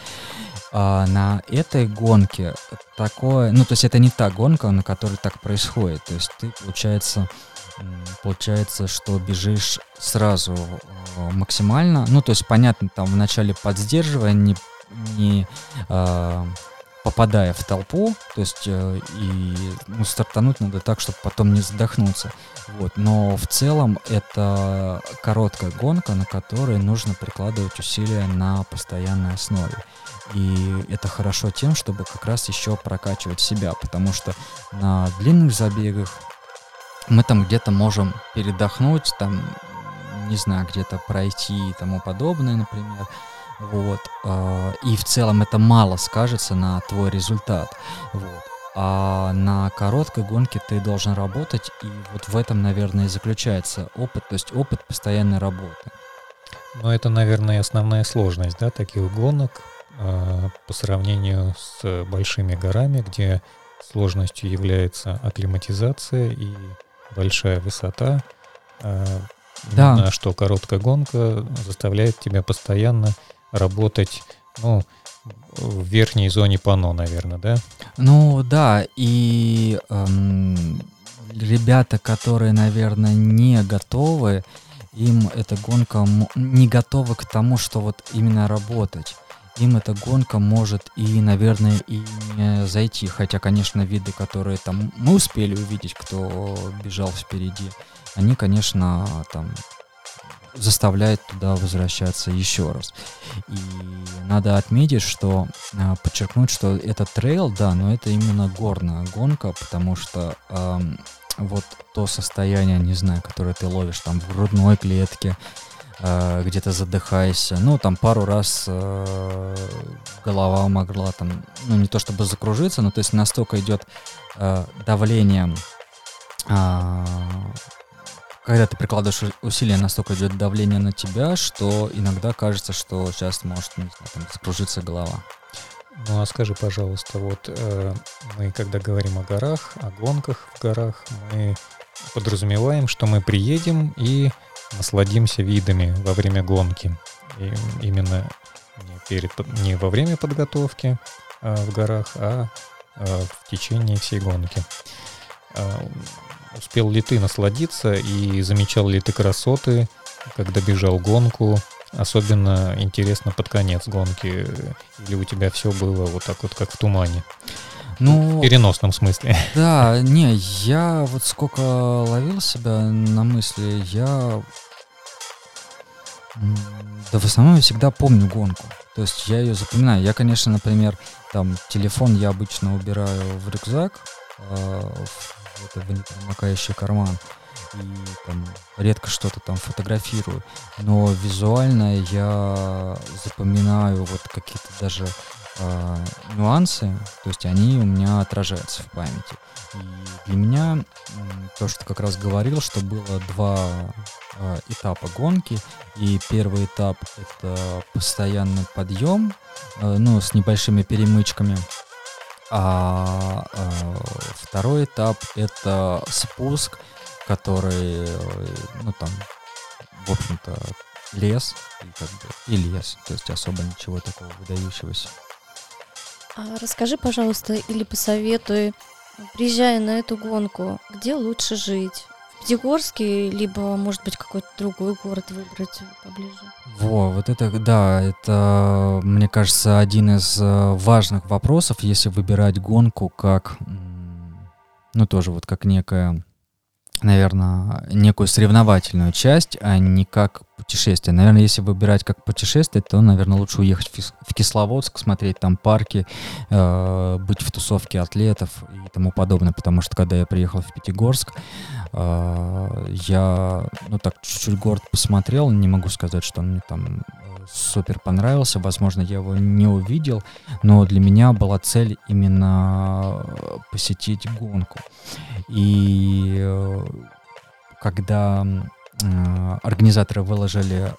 А на этой гонке такое, ну, то есть это не та гонка, на которой так происходит. То есть ты, получается, получается, что бежишь сразу максимально. Ну, то есть, понятно, там вначале подсдерживая, не, не а, попадая в толпу, то есть э, и ну, стартануть надо так, чтобы потом не задохнуться. Вот. Но в целом это короткая гонка, на которой нужно прикладывать усилия на постоянной основе. И это хорошо тем, чтобы как раз еще прокачивать себя, потому что на длинных забегах мы там где-то можем передохнуть, там, не знаю, где-то пройти и тому подобное, например. Вот. И в целом это мало скажется на твой результат. Вот. А на короткой гонке ты должен работать, и вот в этом, наверное, и заключается опыт, то есть опыт постоянной работы. Но это, наверное, и основная сложность, да, таких гонок э, по сравнению с большими горами, где сложностью является акклиматизация и большая высота. Э, да. На что короткая гонка заставляет тебя постоянно работать, ну, в верхней зоне панно, наверное, да? Ну да, и эм, ребята, которые, наверное, не готовы, им эта гонка не готова к тому, что вот именно работать. Им эта гонка может и, наверное, и не зайти. Хотя, конечно, виды, которые там мы успели увидеть, кто бежал впереди, они, конечно, там заставляет туда возвращаться еще раз. И надо отметить, что, подчеркнуть, что это трейл, да, но это именно горная гонка, потому что эм, вот то состояние, не знаю, которое ты ловишь там в грудной клетке, э, где-то задыхаешься, ну, там пару раз э, голова могла там, ну, не то чтобы закружиться, но то есть настолько идет э, давление э, когда ты прикладываешь усилия, настолько идет давление на тебя, что иногда кажется, что сейчас может, не знаю, там, закружиться голова. Ну а скажи, пожалуйста, вот э, мы, когда говорим о горах, о гонках в горах, мы подразумеваем, что мы приедем и насладимся видами во время гонки. И именно не, перед, не во время подготовки э, в горах, а э, в течение всей гонки. Э, успел ли ты насладиться и замечал ли ты красоты, когда бежал гонку? Особенно интересно под конец гонки. Или у тебя все было вот так вот, как в тумане? Ну, в переносном смысле. Да, не, я вот сколько ловил себя на мысли, я... Да в основном я всегда помню гонку. То есть я ее запоминаю. Я, конечно, например, там телефон я обычно убираю в рюкзак, э, в, это, в непромокающий карман. И там редко что-то там фотографирую, но визуально я запоминаю вот какие-то даже э, нюансы, то есть они у меня отражаются в памяти. И для меня э, то, что как раз говорил, что было два э, этапа гонки, и первый этап — это постоянный подъем, э, ну, с небольшими перемычками, а э, второй этап — это спуск, который, ну, там, в общем-то, лес, и, как бы, и лес, то есть особо ничего такого выдающегося. А расскажи, пожалуйста, или посоветуй, приезжая на эту гонку, где лучше жить? В Пятигорске, либо, может быть, какой-то другой город выбрать поближе? Во, вот это, да, это, мне кажется, один из важных вопросов, если выбирать гонку как, ну, тоже вот как некая, наверное, некую соревновательную часть, а не как путешествие. Наверное, если выбирать как путешествие, то, наверное, лучше уехать в Кисловодск, смотреть там парки, э, быть в тусовке атлетов и тому подобное, потому что когда я приехал в Пятигорск, э, я, ну так, чуть-чуть город посмотрел, не могу сказать, что он мне там супер понравился, возможно, я его не увидел, но для меня была цель именно посетить гонку. И э, когда э, организаторы выложили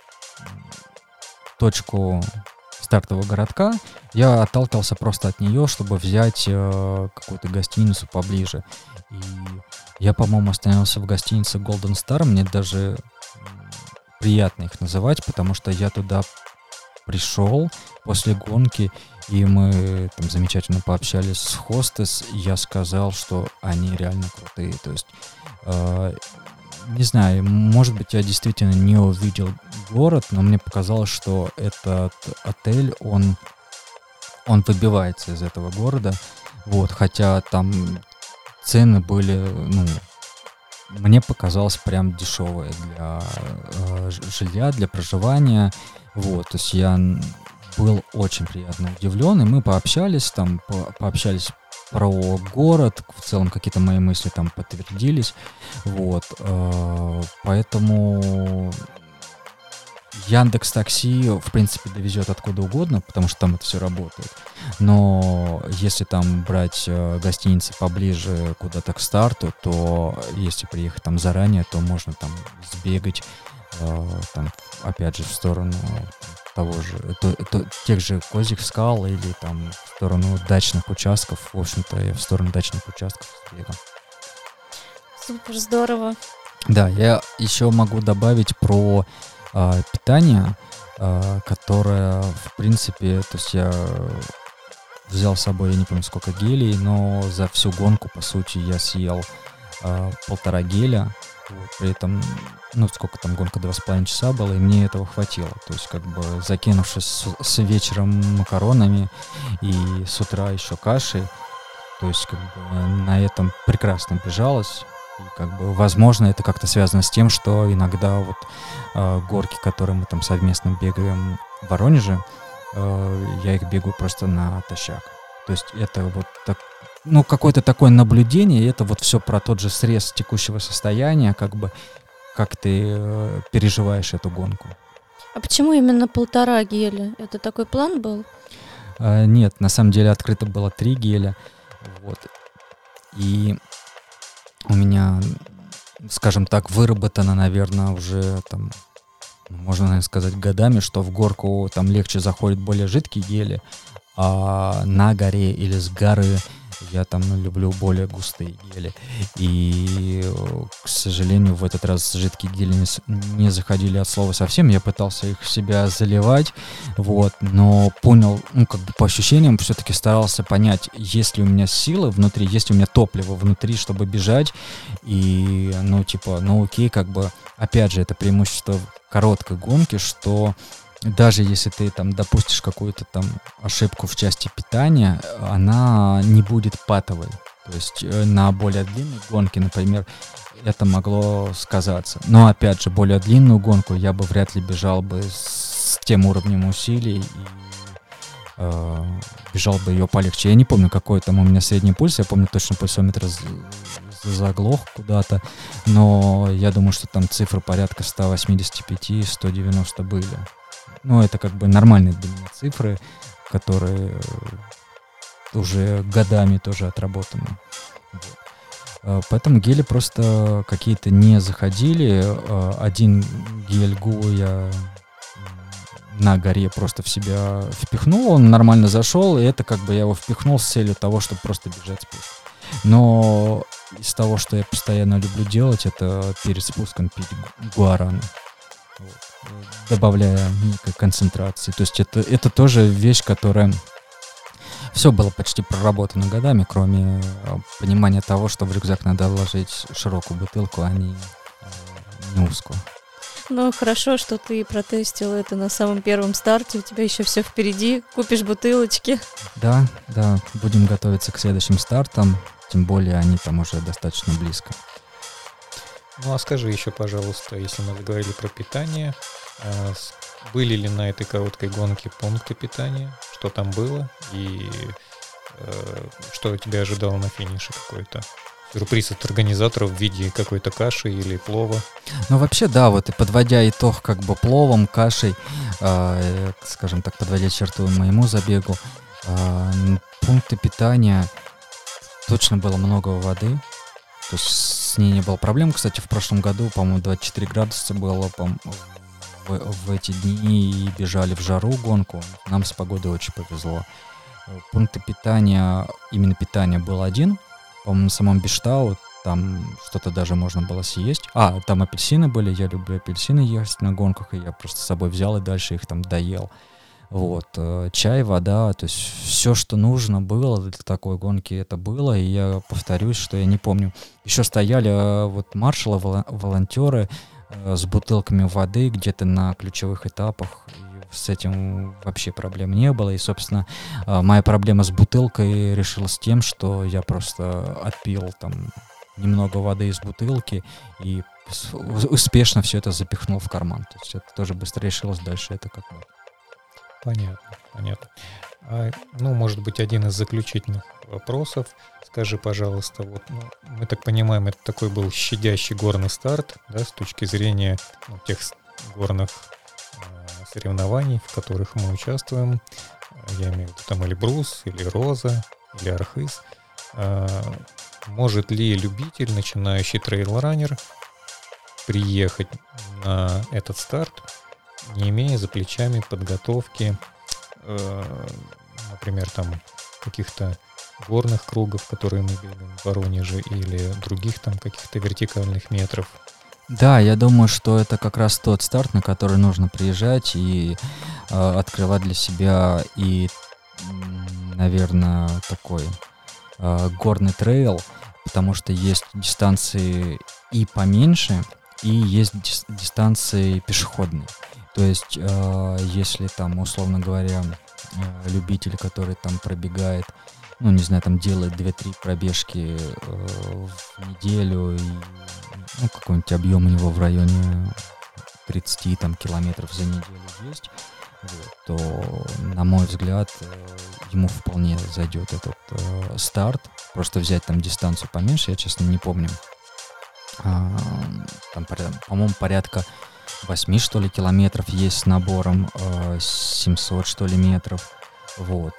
точку стартового городка, я отталкивался просто от нее, чтобы взять э, какую-то гостиницу поближе. И я, по-моему, остановился в гостинице Golden Star, мне даже приятно их называть, потому что я туда пришел после гонки, и мы там замечательно пообщались с хостес, и я сказал, что они реально крутые. То есть, э, не знаю, может быть, я действительно не увидел город, но мне показалось, что этот отель, он, он выбивается из этого города. Вот, хотя там цены были, ну, мне показалось прям дешевые для э, жилья, для проживания. Вот, то есть я был очень приятно удивлен, и мы пообщались, там, по- пообщались про город, в целом какие-то мои мысли там подтвердились, вот, э, поэтому Яндекс.Такси, в принципе, довезет откуда угодно, потому что там это все работает, но если там брать э, гостиницы поближе куда-то к старту, то если приехать там заранее, то можно там сбегать, э, там, опять же, в сторону того же, то, то, тех же Козьих скал или там в сторону дачных участков. В общем-то, я в сторону дачных участков сбегал. Супер, здорово. Да, я еще могу добавить про э, питание, э, которое, в принципе, то есть я взял с собой, я не помню, сколько гелей, но за всю гонку, по сути, я съел э, полтора геля. Вот, при этом, ну, сколько там, гонка два с половиной часа была, и мне этого хватило. То есть, как бы, закинувшись с, с вечером макаронами и с утра еще кашей, то есть, как бы, на этом прекрасно бежалось. И, как бы, возможно, это как-то связано с тем, что иногда вот э, горки, которые мы там совместно бегаем в Воронеже, э, я их бегаю просто натощак. То есть, это вот так, ну, какое-то такое наблюдение, и это вот все про тот же срез текущего состояния, как бы, как ты э, переживаешь эту гонку. А почему именно полтора геля? Это такой план был? А, нет, на самом деле открыто было три геля, вот, и у меня скажем так, выработано, наверное, уже там, можно, наверное, сказать, годами, что в горку там легче заходят более жидкие гели, а на горе или с горы я там ну, люблю более густые гели. И, к сожалению, в этот раз жидкие гели не, не заходили от слова совсем. Я пытался их в себя заливать, вот, но понял, ну, как бы по ощущениям все-таки старался понять, есть ли у меня силы внутри, есть ли у меня топливо внутри, чтобы бежать. И, ну, типа, ну, окей, как бы, опять же, это преимущество короткой гонки, что даже если ты там допустишь какую-то там ошибку в части питания, она не будет патовой. То есть на более длинной гонке, например, это могло сказаться. Но опять же, более длинную гонку я бы вряд ли бежал бы с тем уровнем усилий и э, бежал бы ее полегче. Я не помню, какой там у меня средний пульс, я помню точно пульсометр заглох куда-то, но я думаю, что там цифры порядка сто восемьдесят пять - сто девяносто были. Ну, это как бы нормальные для меня цифры, которые уже годами тоже отработаны. Вот. Поэтому гели просто какие-то не заходили. Один гель ГУ я на горе просто в себя впихнул, он нормально зашел, и это как бы я его впихнул с целью того, чтобы просто бежать спуск. Но из того, что я постоянно люблю делать, это перед спуском пить гуараны. Вот. Добавляя некой концентрации. То есть это, это тоже вещь, которая все было почти проработано годами, кроме понимания того, что в рюкзак надо вложить широкую бутылку, а не, не узкую. Ну, хорошо, что ты протестил это на самом первом старте, у тебя еще все впереди, купишь бутылочки. Да, да, будем готовиться к следующим стартам, тем более они там уже достаточно близко. Ну, а скажи еще, пожалуйста, если мы заговорили про питание, были ли на этой короткой гонке пункты питания, что там было, и э, что тебя ожидало на финише, какой-то сюрприз от организаторов в виде какой-то каши или плова? Ну, вообще, да, вот и подводя итог как бы пловом, кашей, э, скажем так, подводя черту моему забегу, э, пункты питания, точно было много воды. То есть с ней не было проблем. Кстати, в прошлом году, по-моему, двадцать четыре градуса было в, в эти дни, и бежали в жару гонку. Нам с погодой очень повезло. Пункты питания, именно питания был один. По-моему, на самом Биштау там что-то даже можно было съесть. А, там апельсины были, я люблю апельсины есть на гонках, и я просто с собой взял и дальше их там доел. Вот, чай, вода, то есть все, что нужно было для такой гонки, это было, и я повторюсь, что я не помню. Еще стояли вот маршалы, волонтеры с бутылками воды где-то на ключевых этапах, и с этим вообще проблем не было, и, собственно, моя проблема с бутылкой решилась тем, что я просто отпил там немного воды из бутылки и успешно все это запихнул в карман, то есть это тоже быстро решилось, дальше это как бы. Понятно, понятно. А, ну, может быть, один из заключительных вопросов. Скажи, пожалуйста, вот, ну, мы так понимаем, это такой был щадящий горный старт, да, с точки зрения ну, тех горных э, соревнований, в которых мы участвуем. Я имею в виду там или Брус, или Роза, или Архыз. А, может ли любитель, начинающий трейл-раннер, приехать на этот старт, не имея за плечами подготовки, э, например, там каких-то горных кругов, которые мы бегаем в Воронеже, или других там каких-то вертикальных метров? Да, я думаю, что это как раз тот старт, на который нужно приезжать и э, открывать для себя и, наверное, такой э, горный трейл, потому что есть дистанции и поменьше, и есть дис- дистанции пешеходные. То есть, э, если там, условно говоря, э, любитель, который там пробегает, ну, не знаю, там делает две-три пробежки э, в неделю, и, ну, какой-нибудь объем у него в районе тридцать там, километров за неделю есть, вот, то, на мой взгляд, э, ему вполне зайдет этот э, старт. Просто взять там дистанцию поменьше, я, честно, не помню. А, там, по-моему, порядка восемь, что ли, километров есть с набором, э, семьсот, что ли, метров. Вот.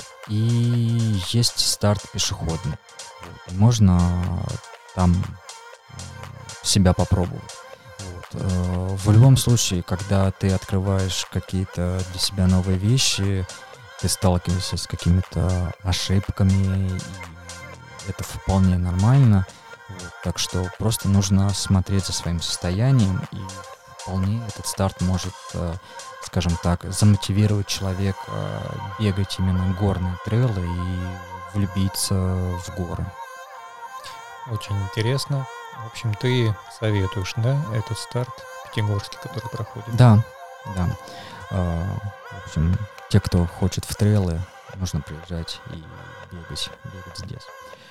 И есть старт пешеходный. Вот. Можно там себя попробовать. Вот. В любом случае, когда ты открываешь какие-то для себя новые вещи, ты сталкиваешься с какими-то ошибками, и это вполне нормально. Вот. Так что просто нужно смотреть за своим состоянием, и вполне этот старт может, скажем так, замотивировать человека бегать именно горные трейлы и влюбиться в горы. Очень интересно. В общем, ты советуешь, да, этот старт пятигорский, который проходит? Да, да. В общем, те, кто хочет в трейлы, нужно приезжать и бегать, бегать здесь.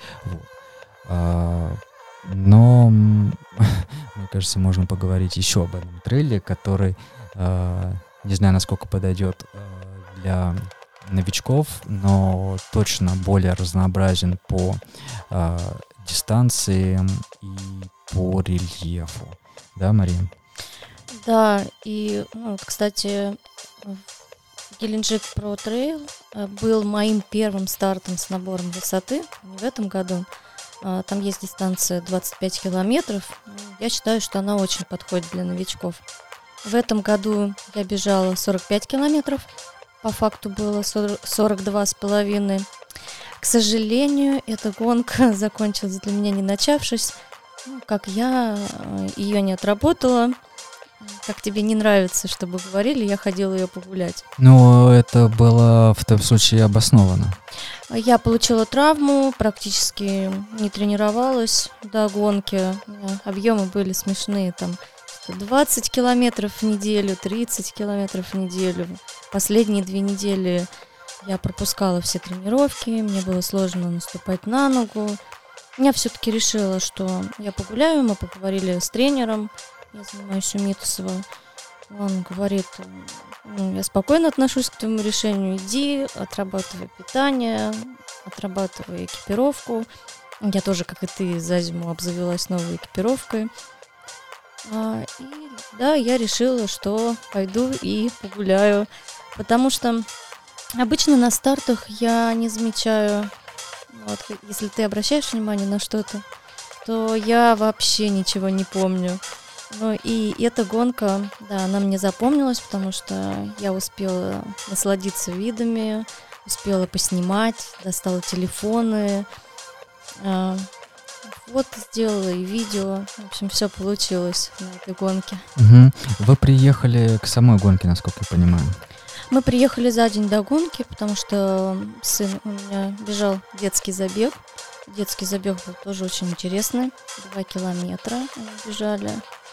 Вот. Но, мне кажется, можно поговорить еще об этом трейле, который, не знаю, насколько подойдет для новичков, но точно более разнообразен по дистанциям и по рельефу. Да, Мария? Да, и, ну, вот, кстати, Геленджик Pro Trail был моим первым стартом с набором высоты, не в этом году. Там есть дистанция двадцать пять километров. Я считаю, что она очень подходит для новичков. В этом году я бежала сорок пять километров. По факту было сорок два с половиной. К сожалению, эта гонка закончилась для меня не начавшись. Ну, как я ее не отработала. Как тебе не нравится, чтобы говорили, я ходила ее погулять. Ну, это было в том случае обосновано. Я получила травму, практически не тренировалась до гонки. Объемы были смешные, там двадцать километров в неделю, тридцать километров в неделю. Последние две недели я пропускала все тренировки, мне было сложно наступать на ногу. Я все-таки решила, что я погуляю, мы поговорили с тренером. Я занимаюсь у Митусова. Он говорит, ну, я спокойно отношусь к твоему решению. Иди, отрабатывай питание, отрабатывай экипировку. Я тоже, как и ты, за зиму обзавелась новой экипировкой. А, и да, я решила, что пойду и погуляю. Потому что обычно на стартах я не замечаю, вот, если ты обращаешь внимание на что-то, то я вообще ничего не помню. Ну и эта гонка, да, она мне запомнилась, потому что я успела насладиться видами, успела поснимать, достала телефоны, э, вот сделала и видео. В общем, все получилось на этой гонке. Угу. Вы приехали к самой гонке, насколько я понимаю? Мы приехали за день до гонки, потому что сын у меня бежал детский забег. Детский забег был тоже очень интересный. Два километра они бежали.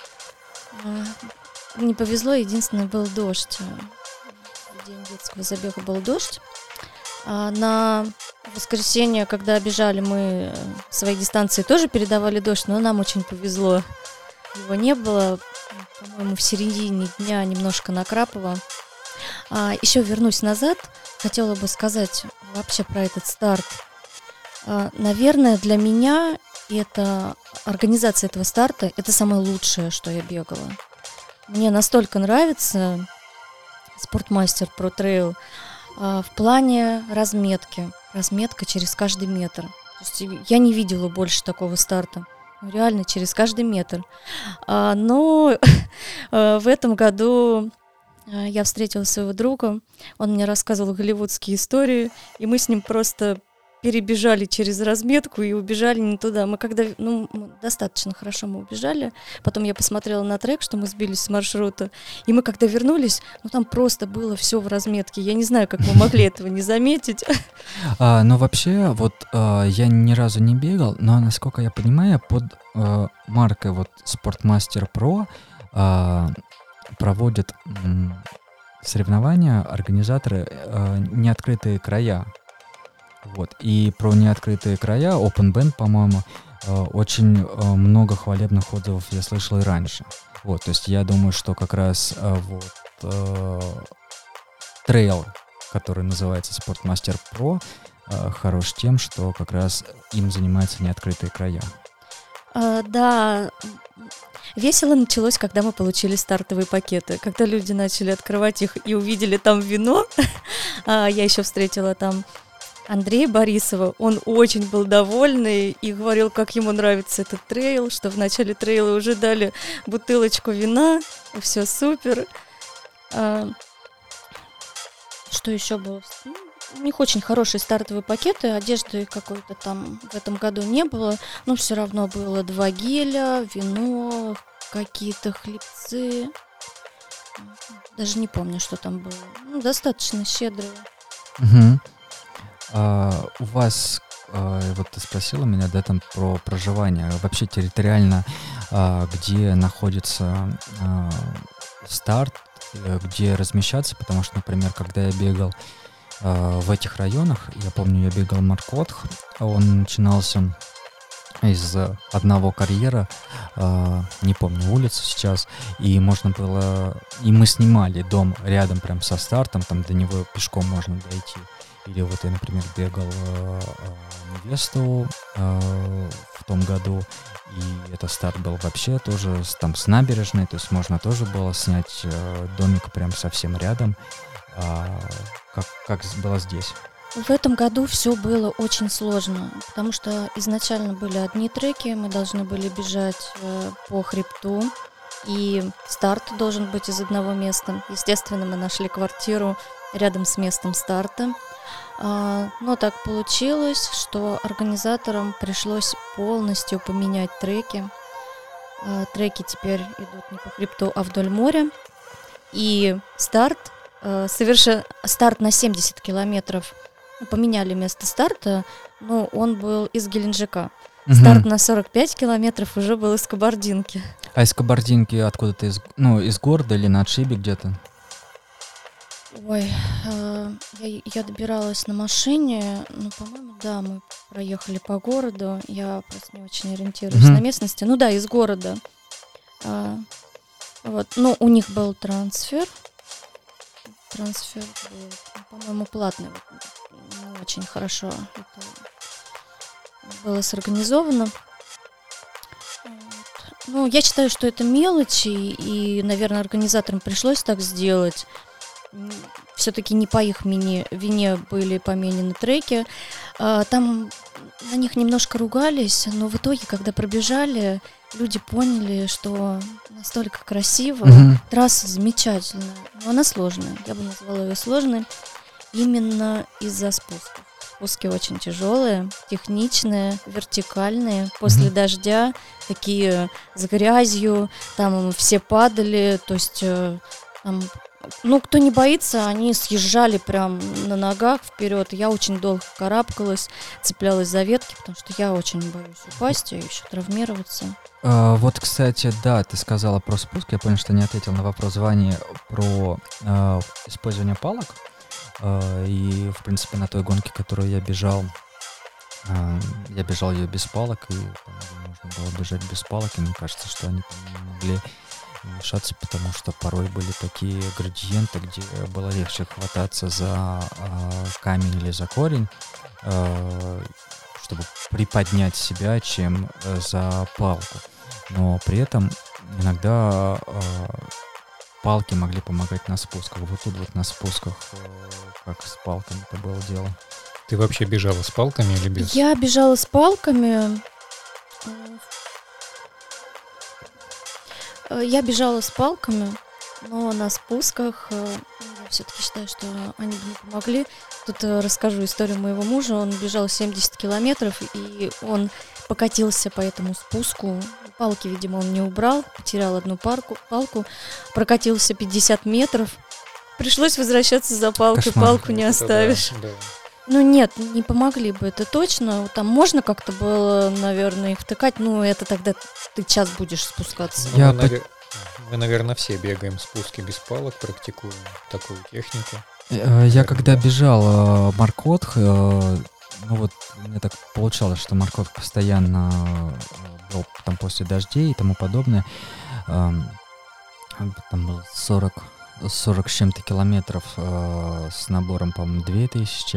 Не повезло, единственное, был дождь. В день детского забега был дождь. А на воскресенье, когда бежали, мы свои дистанции тоже передавали дождь, но нам очень повезло. Его не было, по-моему, в середине дня немножко накрапало. А еще вернусь назад, хотела бы сказать вообще про этот старт. А, наверное, для меня это организация этого старта, это самое лучшее, что я бегала. Мне настолько нравится Sportmaster Pro Trail а, в плане разметки. Разметка через каждый метр. То есть я не видела больше такого старта. Реально через каждый метр. А, но в этом году я встретила своего друга. Он мне рассказывал голливудские истории, и мы с ним просто перебежали через разметку и убежали не туда. Мы когда, ну, достаточно хорошо мы убежали. Потом я посмотрела на трек, что мы сбились с маршрута. И мы когда вернулись, ну там просто было все в разметке. Я не знаю, как мы могли этого не заметить. А, но вообще, вот а, я ни разу не бегал, но, насколько я понимаю, под а, маркой вот Sportmaster Pro а, проводят м, соревнования организаторы а, «Неоткрытые края». Вот. И про «Неоткрытые края», Open Band, по-моему, очень много хвалебных отзывов я слышал и раньше. Вот, то есть я думаю, что как раз вот э, трейл, который называется Sportmaster Pro, э, хорош тем, что как раз им занимаются «Неоткрытые края». А, да, весело началось, когда мы получили стартовые пакеты. Когда люди начали открывать их и увидели там вино, я еще встретила там Андрея Борисова. Он очень был довольный и говорил, как ему нравится этот трейл, что в начале трейла уже дали бутылочку вина, все супер. А, что еще было? У них очень хорошие стартовые пакеты, одежды какой-то там в этом году не было, но все равно было два геля, вино, какие-то хлебцы. Даже не помню, что там было. Ну, достаточно щедрые. Угу. А, у вас, а, вот ты спросила меня, да, там про проживание. Вообще территориально, а, где находится а, старт, где размещаться, потому что, например, когда я бегал а, в этих районах, я помню, я бегал Маркотх, он начинался из одного карьера, э, не помню улицу сейчас, и можно было, и мы снимали дом рядом прям со стартом, там до него пешком можно дойти. Или вот я, например, бегал э, невесту э, в том году, и этот старт был вообще тоже с, там с набережной, то есть можно тоже было снять э, домик прям совсем рядом, э, как, как было здесь. В этом году все было очень сложно, потому что изначально были одни треки, мы должны были бежать э, по хребту, и старт должен быть из одного места. Естественно, мы нашли квартиру рядом с местом старта, а, но так получилось, что организаторам пришлось полностью поменять треки. А, треки теперь идут не по хребту, а вдоль моря, и старт, э, совершен... старт на семьдесят километров. Поменяли место старта, но он был из Геленджика. Угу. Старт на сорок пять километров уже был из Кабардинки. А из Кабардинки откуда-то, из, ну, из города или на отшибе где-то? Ой, э, я, я добиралась на машине, ну, по-моему, да, мы проехали по городу, я просто не очень ориентируюсь угу. на местности. Ну да, из города. А, вот, ну, у них был трансфер. Трансфер был, по-моему, платный. Не очень хорошо это было сорганизовано. Вот. Ну, я считаю, что это мелочи, и, наверное, организаторам пришлось так сделать. Все-таки не по их вине, вине были поменены треки. Там на них немножко ругались, но в итоге, когда пробежали, люди поняли, что настолько красиво, mm-hmm. трасса замечательная, но она сложная. Я бы назвала ее сложной именно из-за спусков. Спуски очень тяжелые, техничные, вертикальные. После mm-hmm. дождя такие с грязью, там все падали, то есть там, ну, кто не боится, они съезжали прям на ногах вперед. Я очень долго карабкалась, цеплялась за ветки, потому что я очень боюсь упасть и еще травмироваться. А, вот, кстати, да, ты сказала про спуск. Я понял, что не ответил на вопрос Вани про э, использование палок. Э, и, в принципе, на той гонке, которую я бежал, э, я бежал ее без палок, и там, можно было бежать без палок, и мне кажется, что они там не могли мешаться, потому что порой были такие градиенты, где было легче хвататься за э, камень или за корень, э, чтобы приподнять себя, чем э, за палку. Но при этом иногда э, палки могли помогать на спусках. Вот тут вот на спусках, э, как с палками это было дело. Ты вообще бежала с палками или без? Я бежала с палками. Я бежала с палками, но на спусках я все-таки считаю, что они бы не помогли. Тут расскажу историю моего мужа. Он бежал семьдесят километров, и он покатился по этому спуску. Палки, видимо, он не убрал, потерял одну парку, палку, прокатился пятьдесят метров. Пришлось возвращаться за палкой, Кошмар. Палку не оставишь. Да, да. Ну нет, не помогли бы, это точно. Там можно как-то было, наверное, их втыкать, но это тогда ты час будешь спускаться. Я мы, по... навер... мы, наверное, все бегаем спуски без палок, практикуем такую технику. Я когда бежал Маркотх, ну вот мне так получалось, что Маркотх постоянно был там после дождей и тому подобное. Там было сорок, сорок с чем-то километров с набором, по-моему, две тысячи.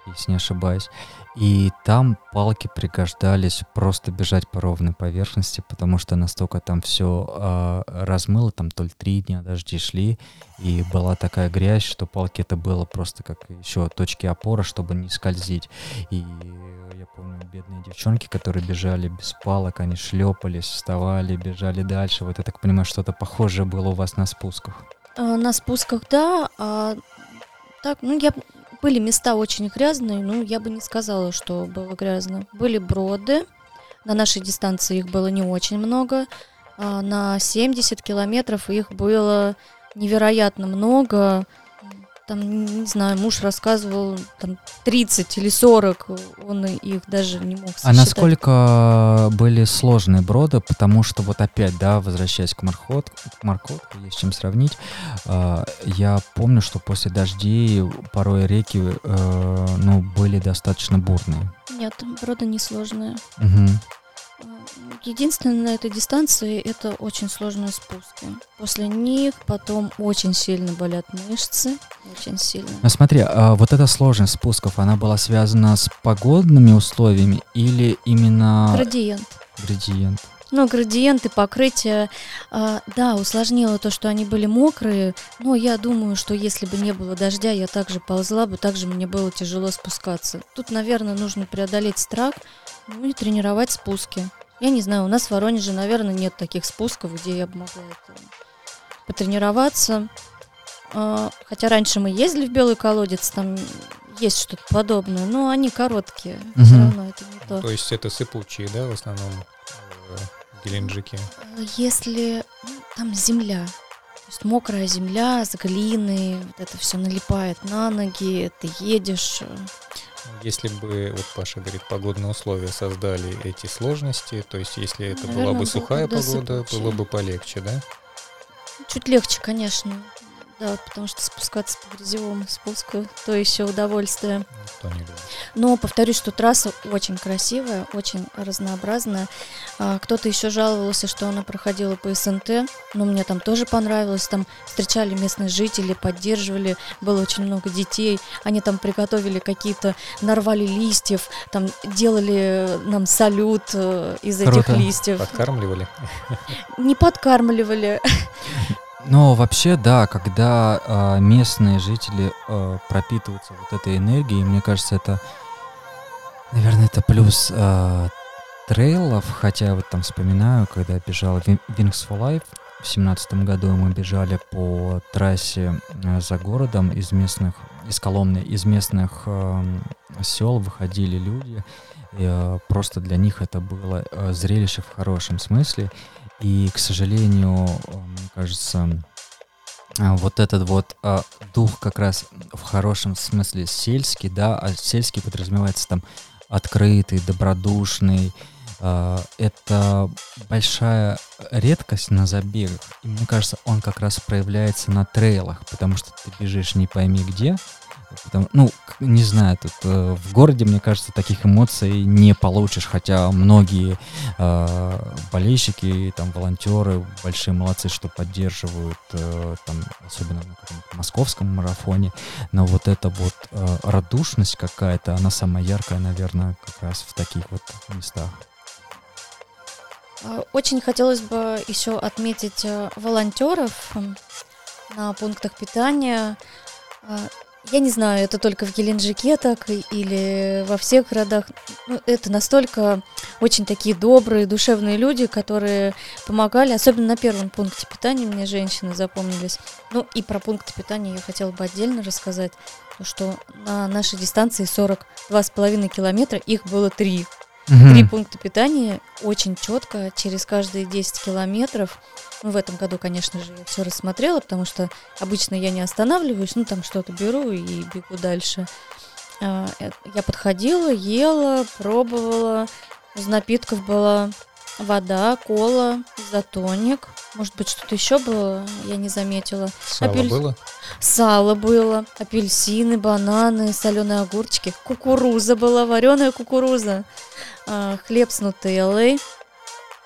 если не ошибаюсь. И там палки пригождались просто бежать по ровной поверхности, потому что настолько там все э, размыло, там то ли три дня дожди шли, и была такая грязь, что палки это было просто как еще точки опоры, чтобы не скользить. И я помню, бедные девчонки, которые бежали без палок, они шлепались, вставали, бежали дальше. Вот я так понимаю, что-то похожее было у вас на спусках. А, на спусках, да, а так, ну, я... Были места очень грязные, но я бы не сказала, что было грязно. Были броды, на нашей дистанции их было не очень много, а на семьдесят километров их было невероятно много. Там, не знаю, муж рассказывал, там тридцать или сорок, он их даже не мог сосчитать. А насколько были сложные броды, потому что вот опять, да, возвращаясь к Мархот, к Маркотку, есть чем сравнить, э, я помню, что после дождей порой реки, э, ну, были достаточно бурные. Нет, броды не сложные. Угу. Единственное на этой дистанции это очень сложные спуски. После них потом очень сильно болят мышцы, очень сильно. Ну смотри, а вот эта сложность спусков, она была связана с погодными условиями или именно... Градиент. Градиент. Ну, градиент и покрытие, а, да, усложнило то, что они были мокрые, но я думаю, что если бы не было дождя, я также ползла бы, также мне было тяжело спускаться. Тут, наверное, нужно преодолеть страх, ну и тренировать спуски. Я не знаю, у нас в Воронеже, наверное, нет таких спусков, где я бы могла это потренироваться. А, хотя раньше мы ездили в Белый колодец, там есть что-то подобное, но они короткие, угу. Все равно это не то. То есть это сыпучие, да, в основном в Геленджике? Если ну, там земля, то есть мокрая земля с глины, вот это все налипает на ноги, ты едешь. Если бы, вот Паша говорит, погодные условия создали эти сложности, то есть если это Наверное, была бы сухая было погода, сыпучее. было бы полегче, да? Чуть легче, конечно. Да, потому что спускаться по грязевому спуску то еще удовольствие. Никто не любит. Но повторюсь, что трасса очень красивая, очень разнообразная. А, кто-то еще жаловался, что она проходила по СНТ, но мне там тоже понравилось. Там встречали местные жители, поддерживали, было очень много детей. Они там приготовили какие-то, нарвали листьев, там делали нам салют э, из Круто. этих листьев. Подкармливали? Не подкармливали. Но вообще, да, когда э, местные жители э, пропитываются вот этой энергией, мне кажется, это, наверное, это плюс э, трейлов, хотя я вот там вспоминаю, когда я бежал в Wings for Life в семнадцатом году, мы бежали по трассе э, за городом из местных, из Коломны, из местных э, сел выходили люди, и, э, просто для них это было э, зрелище в хорошем смысле. И, к сожалению, мне кажется, вот этот вот а, дух как раз в хорошем смысле сельский, да, а сельский подразумевается там открытый, добродушный. А, это большая редкость на забегах. И мне кажется, он как раз проявляется на трейлах, потому что ты бежишь не пойми где. Потому, ну, не знаю, тут э, в городе, мне кажется, таких эмоций не получишь, хотя многие э, болельщики, там, волонтеры большие молодцы, что поддерживают, э, там, особенно на каком-то московском марафоне, но вот эта вот э, радушность какая-то, она самая яркая, наверное, как раз в таких вот местах. Очень хотелось бы еще отметить волонтеров на пунктах питания. Я не знаю, это только в Геленджике так или во всех городах. Ну, это настолько очень такие добрые, душевные люди, которые помогали, особенно на первом пункте питания мне женщины запомнились. Ну и про пункты питания я хотела бы отдельно рассказать, что на нашей дистанции сорок два с половиной километра, их было три. Mm-hmm. Три пункта питания очень четко, через каждые десять километров. Ну, в этом году, конечно же, я все рассмотрела, потому что обычно я не останавливаюсь, ну, там что-то беру и бегу дальше. Я подходила, ела, пробовала. Из напитков была вода, кола, изотоник. Может быть, что-то еще было, я не заметила. Сало Апель... было? Сало было, апельсины, бананы, соленые огурчики. Кукуруза была, вареная кукуруза. Хлеб с нутеллой.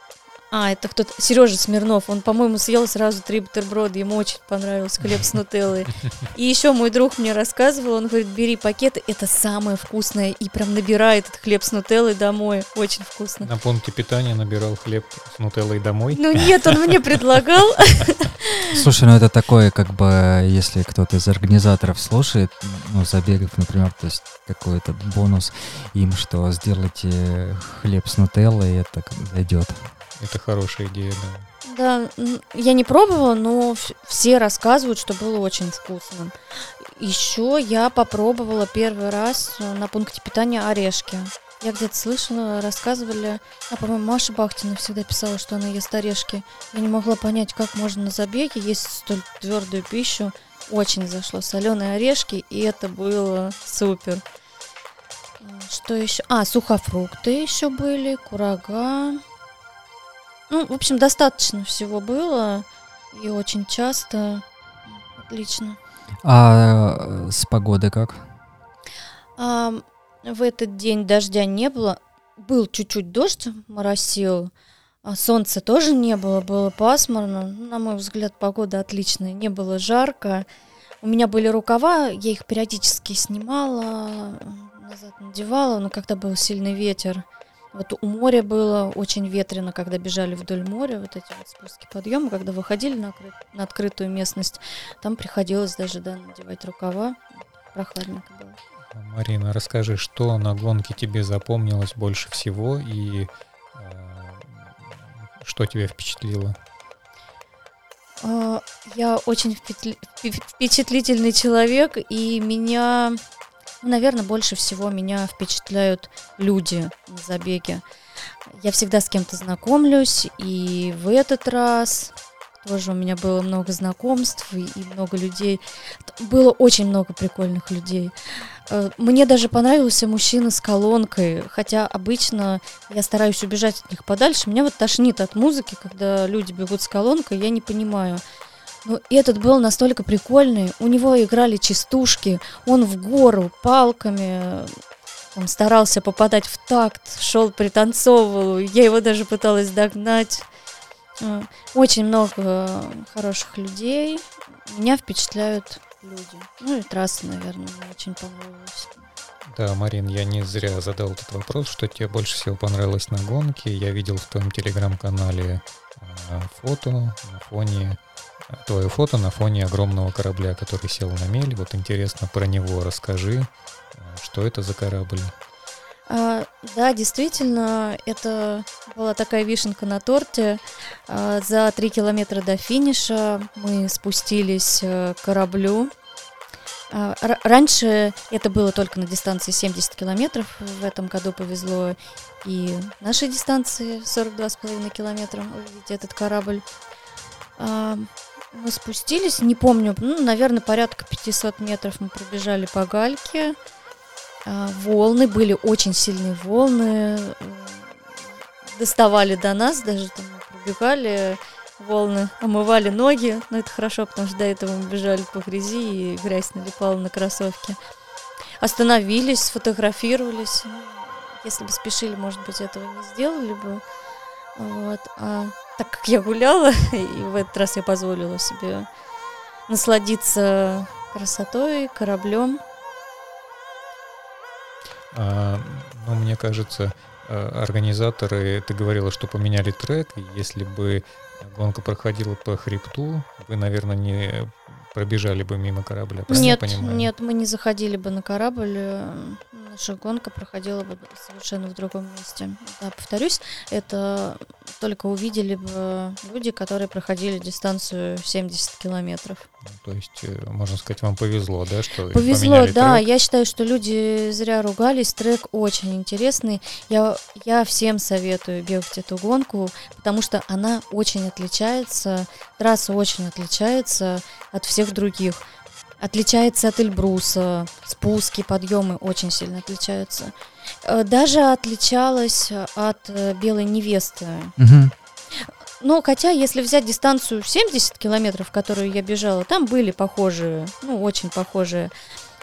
А, это кто-то, Сережа Смирнов, он, по-моему, съел сразу три бутерброда, ему очень понравился хлеб с нутеллой. И еще мой друг мне рассказывал, он говорит, бери пакеты, это самое вкусное, и прям набирает этот хлеб с нутеллой домой, очень вкусно. На пункте питания набирал хлеб с нутеллой домой? Ну нет, он мне предлагал. Слушай, ну это такое, как бы, если кто-то из организаторов слушает, ну, забегов, например, то есть какой-то бонус им, что сделайте хлеб с нутеллой, это зайдет. Это хорошая идея, да. Да, я не пробовала, но все рассказывают, что было очень вкусно. Еще я попробовала первый раз на пункте питания орешки. Я где-то слышала, рассказывали, а, по-моему, Маша Бахтина всегда писала, что она ест орешки. Я не могла понять, как можно на забеге есть столь твердую пищу. Очень зашло. Соленые орешки, и это было супер. Что еще? А, сухофрукты еще были, курага. Ну, в общем, достаточно всего было, и очень часто. Отлично. А с погодой как? А, в этот день дождя не было. Был чуть-чуть дождь, моросил. А солнца тоже не было, было пасмурно. На мой взгляд, погода отличная. Не было жарко. У меня были рукава, я их периодически снимала, назад надевала, но когда был сильный ветер. Вот у моря было очень ветрено, когда бежали вдоль моря, вот эти вот спуски, подъемы, когда выходили на, откры... на открытую местность, там приходилось даже, да, надевать рукава, прохладненько было. Марина, расскажи, что на гонке тебе запомнилось больше всего и э, что тебя впечатлило? Uh, я очень впетли... впечатлительный человек, и меня... Наверное, больше всего меня впечатляют люди на забеге. Я всегда с кем-то знакомлюсь, и в этот раз тоже у меня было много знакомств и, и много людей. Было очень много прикольных людей. Мне даже понравился мужчина с колонкой, хотя обычно я стараюсь убежать от них подальше. Меня вот тошнит от музыки, когда люди бегут с колонкой, я не понимаю. Ну, этот был настолько прикольный. У него играли частушки. Он в гору палками там, старался попадать в такт, шел, пританцовывал. Я его даже пыталась догнать. Очень много хороших людей. Меня впечатляют люди. Ну и трасса, наверное, мне очень понравилась. Да, Марин, я не зря задал этот вопрос, что тебе больше всего понравилось на гонке. Я видел в твоем телеграм-канале э, фото на фоне... Твое фото на фоне огромного корабля, который сел на мель. Вот интересно про него расскажи, что это за корабль? А, да, действительно, это была такая вишенка на торте. А, за три километра до финиша мы спустились к кораблю. А, р- раньше это было только на дистанции семьдесят километров. В этом году повезло и нашей дистанции сорок два с половиной километра увидеть этот корабль. А, мы спустились, не помню, ну, наверное, порядка пятьсот метров мы пробежали по гальке. А, волны, были очень сильные волны, доставали до нас, даже там пробегали, волны омывали ноги, но это хорошо, потому что до этого мы бежали по грязи, и грязь налипала на кроссовки. Остановились, сфотографировались. Если бы спешили, может быть, этого не сделали бы. Вот. А так как я гуляла, и в этот раз я позволила себе насладиться красотой, кораблем. А, ну, мне кажется, организаторы, ты говорила, что поменяли трек, и если бы гонка проходила по хребту, вы, наверное, не пробежали бы мимо корабля. Нет, нет, мы не заходили бы на корабль, наша гонка проходила бы совершенно в другом месте. Да, повторюсь, это только увидели бы люди, которые проходили дистанцию семьдесят километров. То есть, можно сказать, вам повезло, да, что повезло, да. Трек? Я считаю, что люди зря ругались. Трек очень интересный. Я, я всем советую бегать эту гонку, потому что она очень отличается, трасса очень отличается от всех других. Отличается от Эльбруса, спуски, подъемы очень сильно отличаются. Даже отличалась от Белой невесты. Угу. Но хотя, если взять дистанцию семьдесят километров, которую я бежала, там были похожие, ну, очень похожие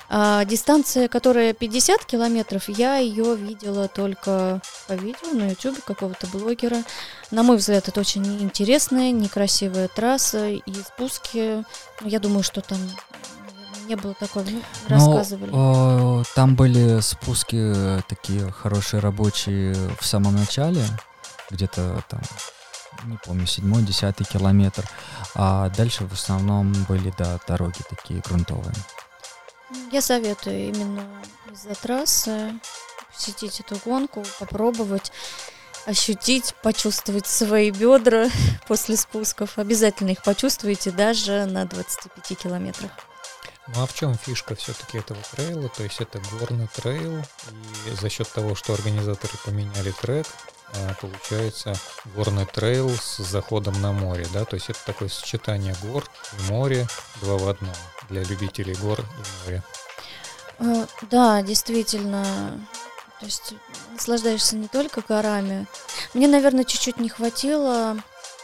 А дистанция, которая пятьдесят километров, я ее видела только по видео на ютубе какого-то блогера. На мой взгляд, это очень неинтересная, некрасивая трасса и спуски. Я думаю, что там не было такого, ну, рассказывали. Но, э, там были спуски такие хорошие, рабочие в самом начале, где-то там, не помню, седьмой, десятый километр, а дальше в основном были, да, дороги такие грунтовые. Я советую именно из-за трассы посетить эту гонку, попробовать ощутить, почувствовать свои бедра после спусков. Обязательно их почувствуйте даже на двадцати пяти километрах. Ну а в чем фишка все-таки этого трейла? То есть это горный трейл, и за счет того, что организаторы поменяли трек, получается горный трейл с заходом на море, да? То есть это такое сочетание гор и моря, два в одном, для любителей гор и моря. Uh, да, действительно. То есть наслаждаешься не только горами. Мне, наверное, чуть-чуть не хватило.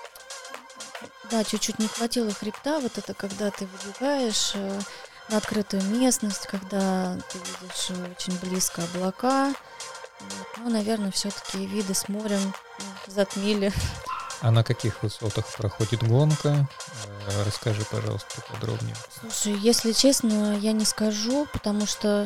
Да, чуть-чуть не хватило хребта. Вот это когда ты выбегаешь э, на открытую местность, когда ты видишь очень близко облака. Вот. Ну, наверное, все-таки виды с морем ну, затмили. А на каких высотах проходит гонка? Расскажи, пожалуйста, поподробнее. Слушай, если честно, я не скажу, потому что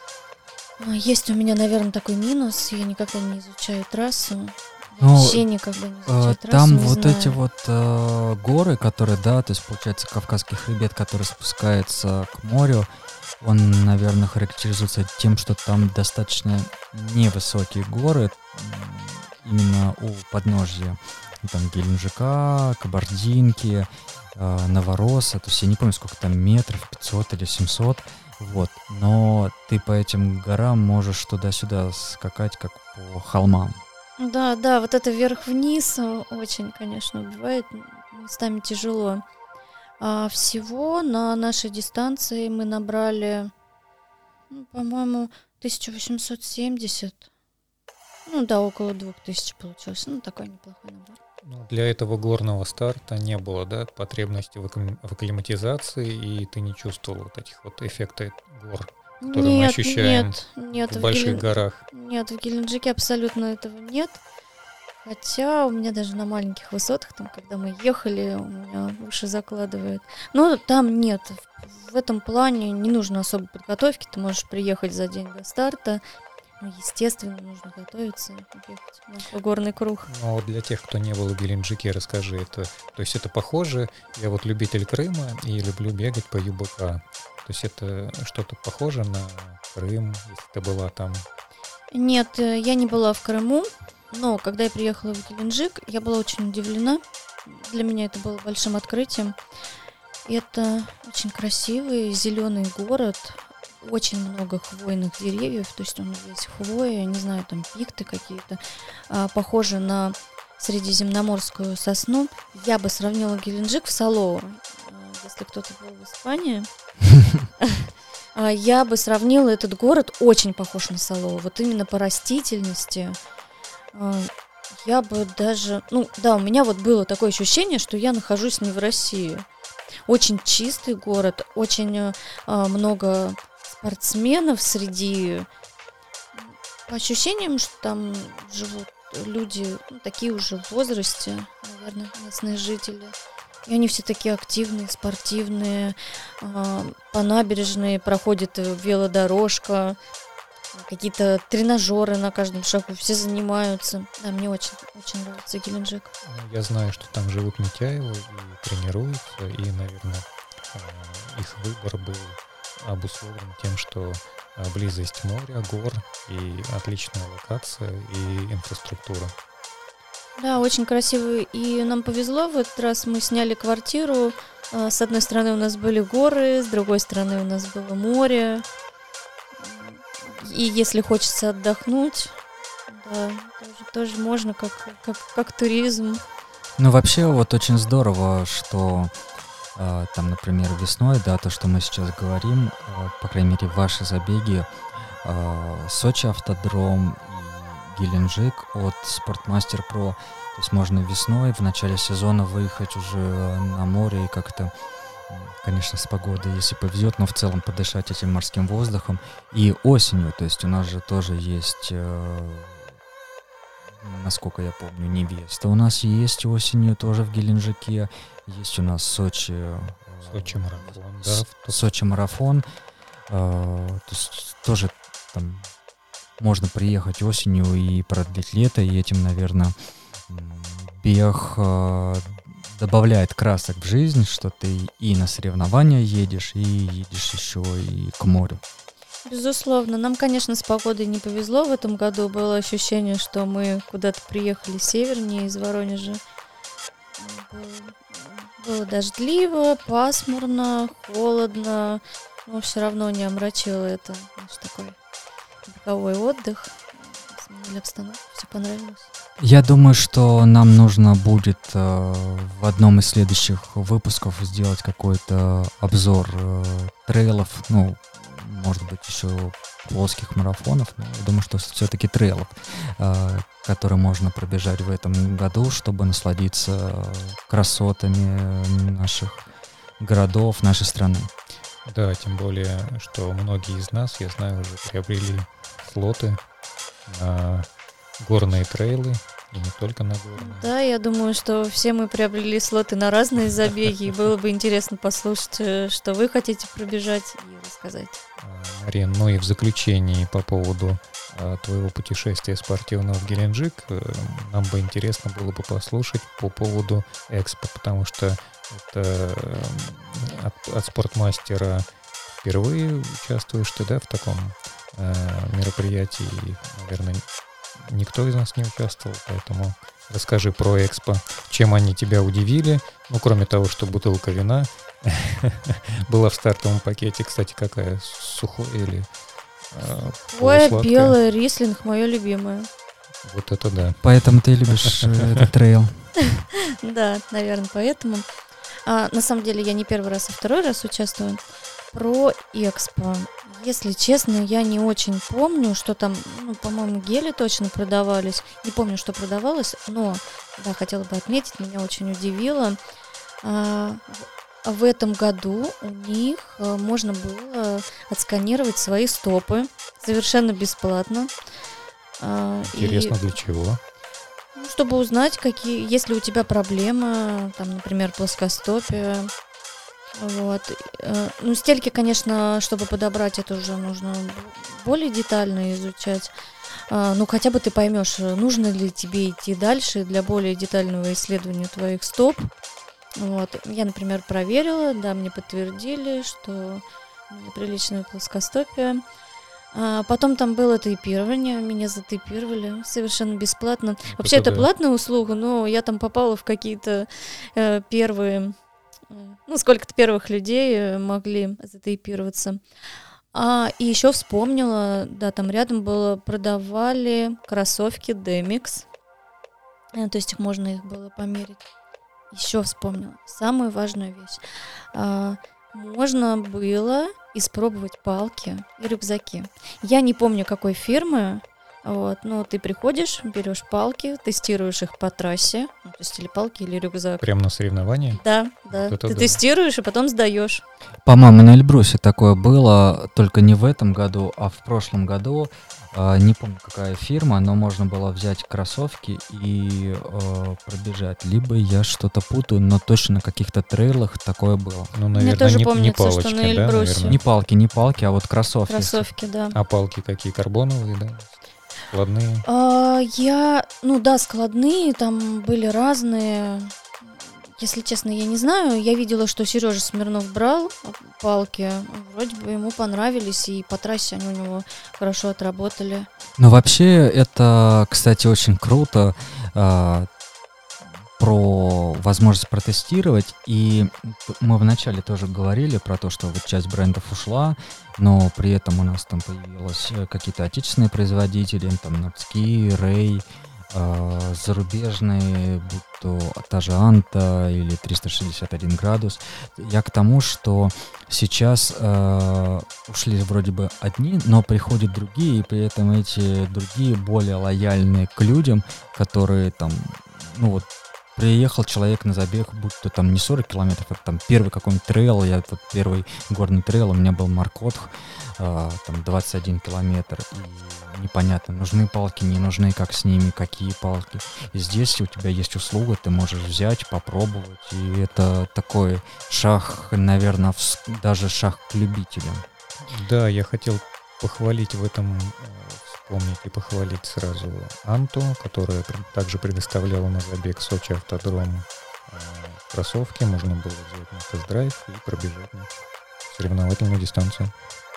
есть у меня, наверное, такой минус. Я никогда не изучаю трассу. Ну, вообще никогда не изучаю э, трассу. Там не вот знаю. эти вот э, горы, которые, да, то есть, получается, Кавказский хребет, который спускается к морю, он, наверное, характеризуется тем, что там достаточно невысокие горы, именно у подножья. Там Геленджика, Кабардинки, э, Новоросса, то есть я не помню, сколько там метров, пятьсот или семьсот, вот, но ты по этим горам можешь туда-сюда скакать, как по холмам. Да, да, вот это вверх-вниз очень, конечно, бывает местами тяжело. А всего на нашей дистанции мы набрали, ну, по-моему, тысяча восемьсот семьдесят. Ну да, около двух тысяч получилось. Ну, такой неплохой набор. Ну, для этого горного старта не было, да, потребности в, акклим... в акклиматизации, и ты не чувствовал вот этих вот эффектов гор, которые нет, мы ощущаем нет, нет, в, в больших Гелен... горах. Нет, в Геленджике абсолютно этого нет. Хотя у меня даже на маленьких высотах, там, когда мы ехали, у меня уши закладывает. Но там нет. В этом плане не нужно особой подготовки. Ты можешь приехать за день до старта. Ну, естественно, нужно готовиться, ехать на горный круг. Но вот для тех, кто не был в Геленджике, расскажи, это, то есть это похоже, я вот любитель Крыма и люблю бегать по ЮБК. То есть это что-то похоже на Крым, если ты была там? Нет, я не была в Крыму, но когда я приехала в Геленджик, я была очень удивлена. Для меня это было большим открытием. Это очень красивый зеленый город. Очень много хвойных деревьев, то есть он весь хвоя, не знаю, там пихты какие-то, а, похожи на средиземноморскую сосну. Я бы сравнила Геленджик в Салоу, если кто-то был в Испании. Я бы сравнила этот город, очень похож на Салоу, вот именно по растительности. Я бы даже, ну да, у меня вот было такое ощущение, что я нахожусь не в России. Очень чистый город, очень много спортсменов среди, по ощущениям, что там живут люди, ну, такие уже в возрасте, наверное, местные жители. И они все такие активные, спортивные, э, по набережной проходит велодорожка, какие-то тренажеры на каждом шагу, все занимаются. Да, мне очень, очень нравится Геленджик. Я знаю, что там живут Митяевы и тренируются, и, наверное, их выбор был обусловлен тем, что близость моря, гор и отличная локация и инфраструктура. Да, очень красивый. И нам повезло, в этот раз мы сняли квартиру. С одной стороны у нас были горы, с другой стороны у нас было море. И если хочется отдохнуть, да, тоже, тоже можно, как, как, как туризм. Ну, вообще, вот очень здорово, что э, там, например, весной, да, то, что мы сейчас говорим, э, по крайней мере, ваши забеги, э, Сочи автодром и Геленджик от Спортмастер Про. То есть можно весной, в начале сезона выехать уже на море и как-то конечно, с погодой, если повезет, но в целом подышать этим морским воздухом. И осенью, то есть у нас же тоже есть, э, насколько я помню, невеста у нас есть осенью тоже в Геленджике. Есть у нас Сочи... э, Сочи-марафон, да. С- в- Сочи-марафон. Э, то есть тоже там можно приехать осенью и продлить лето, и этим, наверное, бег э, добавляет красок в жизнь, что ты и на соревнования едешь, и едешь еще и к морю. Безусловно. Нам, конечно, с погодой не повезло в этом году. Было ощущение, что мы куда-то приехали севернее из Воронежа. Было, было дождливо, пасмурно, холодно, но все равно не омрачило это наш такой беговой отдых. Сменили обстановку, все понравилось. Я думаю, что нам нужно будет э, в одном из следующих выпусков сделать какой-то обзор э, трейлов, ну, может быть, еще плоских марафонов, но я думаю, что все-таки трейлов, э, которые можно пробежать в этом году, чтобы насладиться красотами наших городов, нашей страны. Да, тем более, что многие из нас, я знаю, уже приобрели слоты на горные трейлы, и не только на горные. Да, я думаю, что все мы приобрели слоты на разные забеги, и было бы интересно послушать, э, что вы хотите пробежать, и рассказать. А, Марин, ну и в заключении по поводу а, твоего путешествия спортивного в Геленджик, э, нам бы интересно было бы послушать по поводу Экспо, потому что это э, от, от спортмастера впервые участвуешь ты, да, в таком э, мероприятии, и, наверное, никто из нас не участвовал, поэтому расскажи про Экспо, чем они тебя удивили, ну, кроме того, что бутылка вина была в стартовом пакете, кстати, какая, сухой или э, Ой, полусладкая? белый рислинг, мое любимое. Вот это да. Поэтому ты любишь э, этот трейл. Да, наверное, поэтому. А, на самом деле, я не первый раз, а второй раз участвую. Про Экспо. Если честно, я не очень помню, что там, ну, по-моему, гели точно продавались. Не помню, что продавалось, но, да, хотела бы отметить, меня очень удивило. А, в этом году у них а, можно было отсканировать свои стопы совершенно бесплатно. А, и- Интересно, для чего? Ну, чтобы узнать, какие, есть ли у тебя проблемы, там, например, плоскостопие. Вот. Э, Ну, стельки, конечно, чтобы подобрать, это уже нужно более детально изучать. А, Ну, хотя бы ты поймешь, нужно ли тебе идти дальше для более детального исследования твоих стоп. Вот. Я, например, проверила, да, мне подтвердили, что у меня приличное плоскостопие. А потом там было тейпирование, меня затейпировали совершенно бесплатно. Вообще это да. платная услуга, но я там попала в какие-то э, первые, э, ну сколько-то первых людей э, могли затейпироваться. А, и еще вспомнила, да, там рядом было, продавали кроссовки Demix, Э, то есть их можно их было померить. Еще вспомнила самую важную вещь. А, можно было испробовать палки и рюкзаки. Я не помню, какой фирмы, вот, но ты приходишь, берешь палки, тестируешь их по трассе, ну, то есть или палки, или рюкзак. Прям на соревнования? Да, да. Вот это Ты да. тестируешь и потом сдаешь. По-моему, на Эльбрусе такое было, только не в этом году, а в прошлом году. А, не помню, какая фирма, но можно было взять кроссовки и э, пробежать. Либо я что-то путаю, но точно на каких-то трейлах такое было. Ну, Мне наверное, тоже не, не помнится, что палочки, на да, Эльбрусе. наверное? Не палки, не палки, а вот кроссовки. Кроссовки, да. А палки какие? Карбоновые, да? Складные? А, я, ну да, складные, там были разные. Если честно, я не знаю. Я видела, что Сережа Смирнов брал палки. Вроде бы ему понравились, и по трассе они у него хорошо отработали. Но вообще это, кстати, очень круто, а, про возможность протестировать. И мы вначале тоже говорили про то, что вот часть брендов ушла, но при этом у нас там появились э, какие-то отечественные производители, там Nordski, Ray, э, зарубежные, будь то та же Анта или триста шестьдесят один градус. Я к тому, что сейчас э, ушли вроде бы одни, но приходят другие, и при этом эти другие более лояльные к людям, которые там, ну вот, приехал человек на забег, будь то там не сорок километров, а там первый какой-нибудь трейл, я вот первый горный трейл, у меня был Маркотх, э, там двадцать один километр, и непонятно, нужны палки, не нужны, как с ними, какие палки. И здесь у тебя есть услуга, ты можешь взять, попробовать, и это такой шаг, наверное, в, даже шаг к любителям. Да, я хотел похвалить в этом, вспомнить и похвалить сразу Анту, которая также предоставляла на забег Сочи Автодром кроссовки. Можно было взять на тест-драйв и пробежать на соревновательную дистанцию.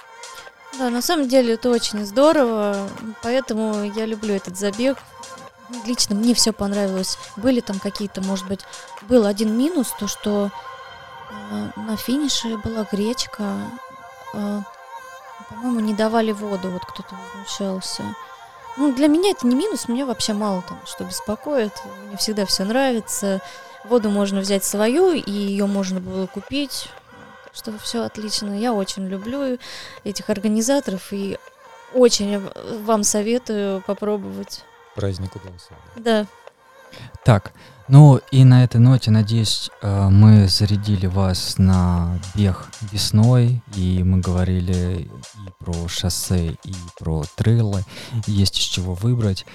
Да, на самом деле это очень здорово, поэтому я люблю этот забег. Лично мне все понравилось. Были там какие-то, может быть, был один минус, то что э, на финише была гречка, э, по-моему, не давали воду, вот кто-то возмущался. Ну, для меня это не минус, меня вообще мало там что беспокоит, мне всегда все нравится. Воду можно взять свою, и ее можно было купить. Что все отлично. Я очень люблю этих организаторов и очень вам советую попробовать. Праздник удался. Да. Так, ну и на этой ноте, надеюсь, мы зарядили вас на бег весной, и мы говорили и про шоссе, и про трейлы. Есть из чего выбрать.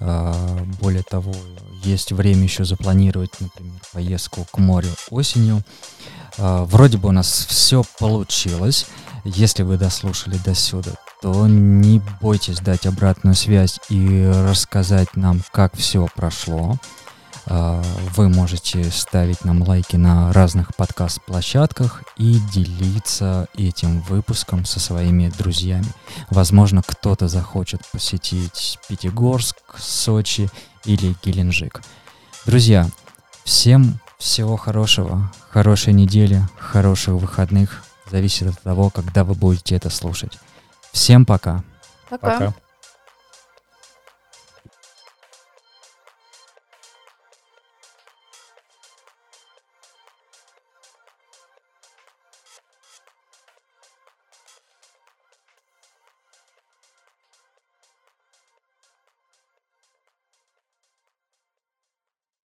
Более того, есть время еще запланировать, например, поездку к морю осенью. Uh, вроде бы у нас все получилось. Если вы дослушали до сюда, то не бойтесь дать обратную связь и рассказать нам, как все прошло. Uh, вы можете ставить нам лайки на разных подкаст-площадках и делиться этим выпуском со своими друзьями. Возможно, кто-то захочет посетить Пятигорск, Сочи или Геленджик. Друзья, всем всего хорошего, хорошей недели, хороших выходных. Зависит от того, когда вы будете это слушать. Всем пока. Пока. Пока.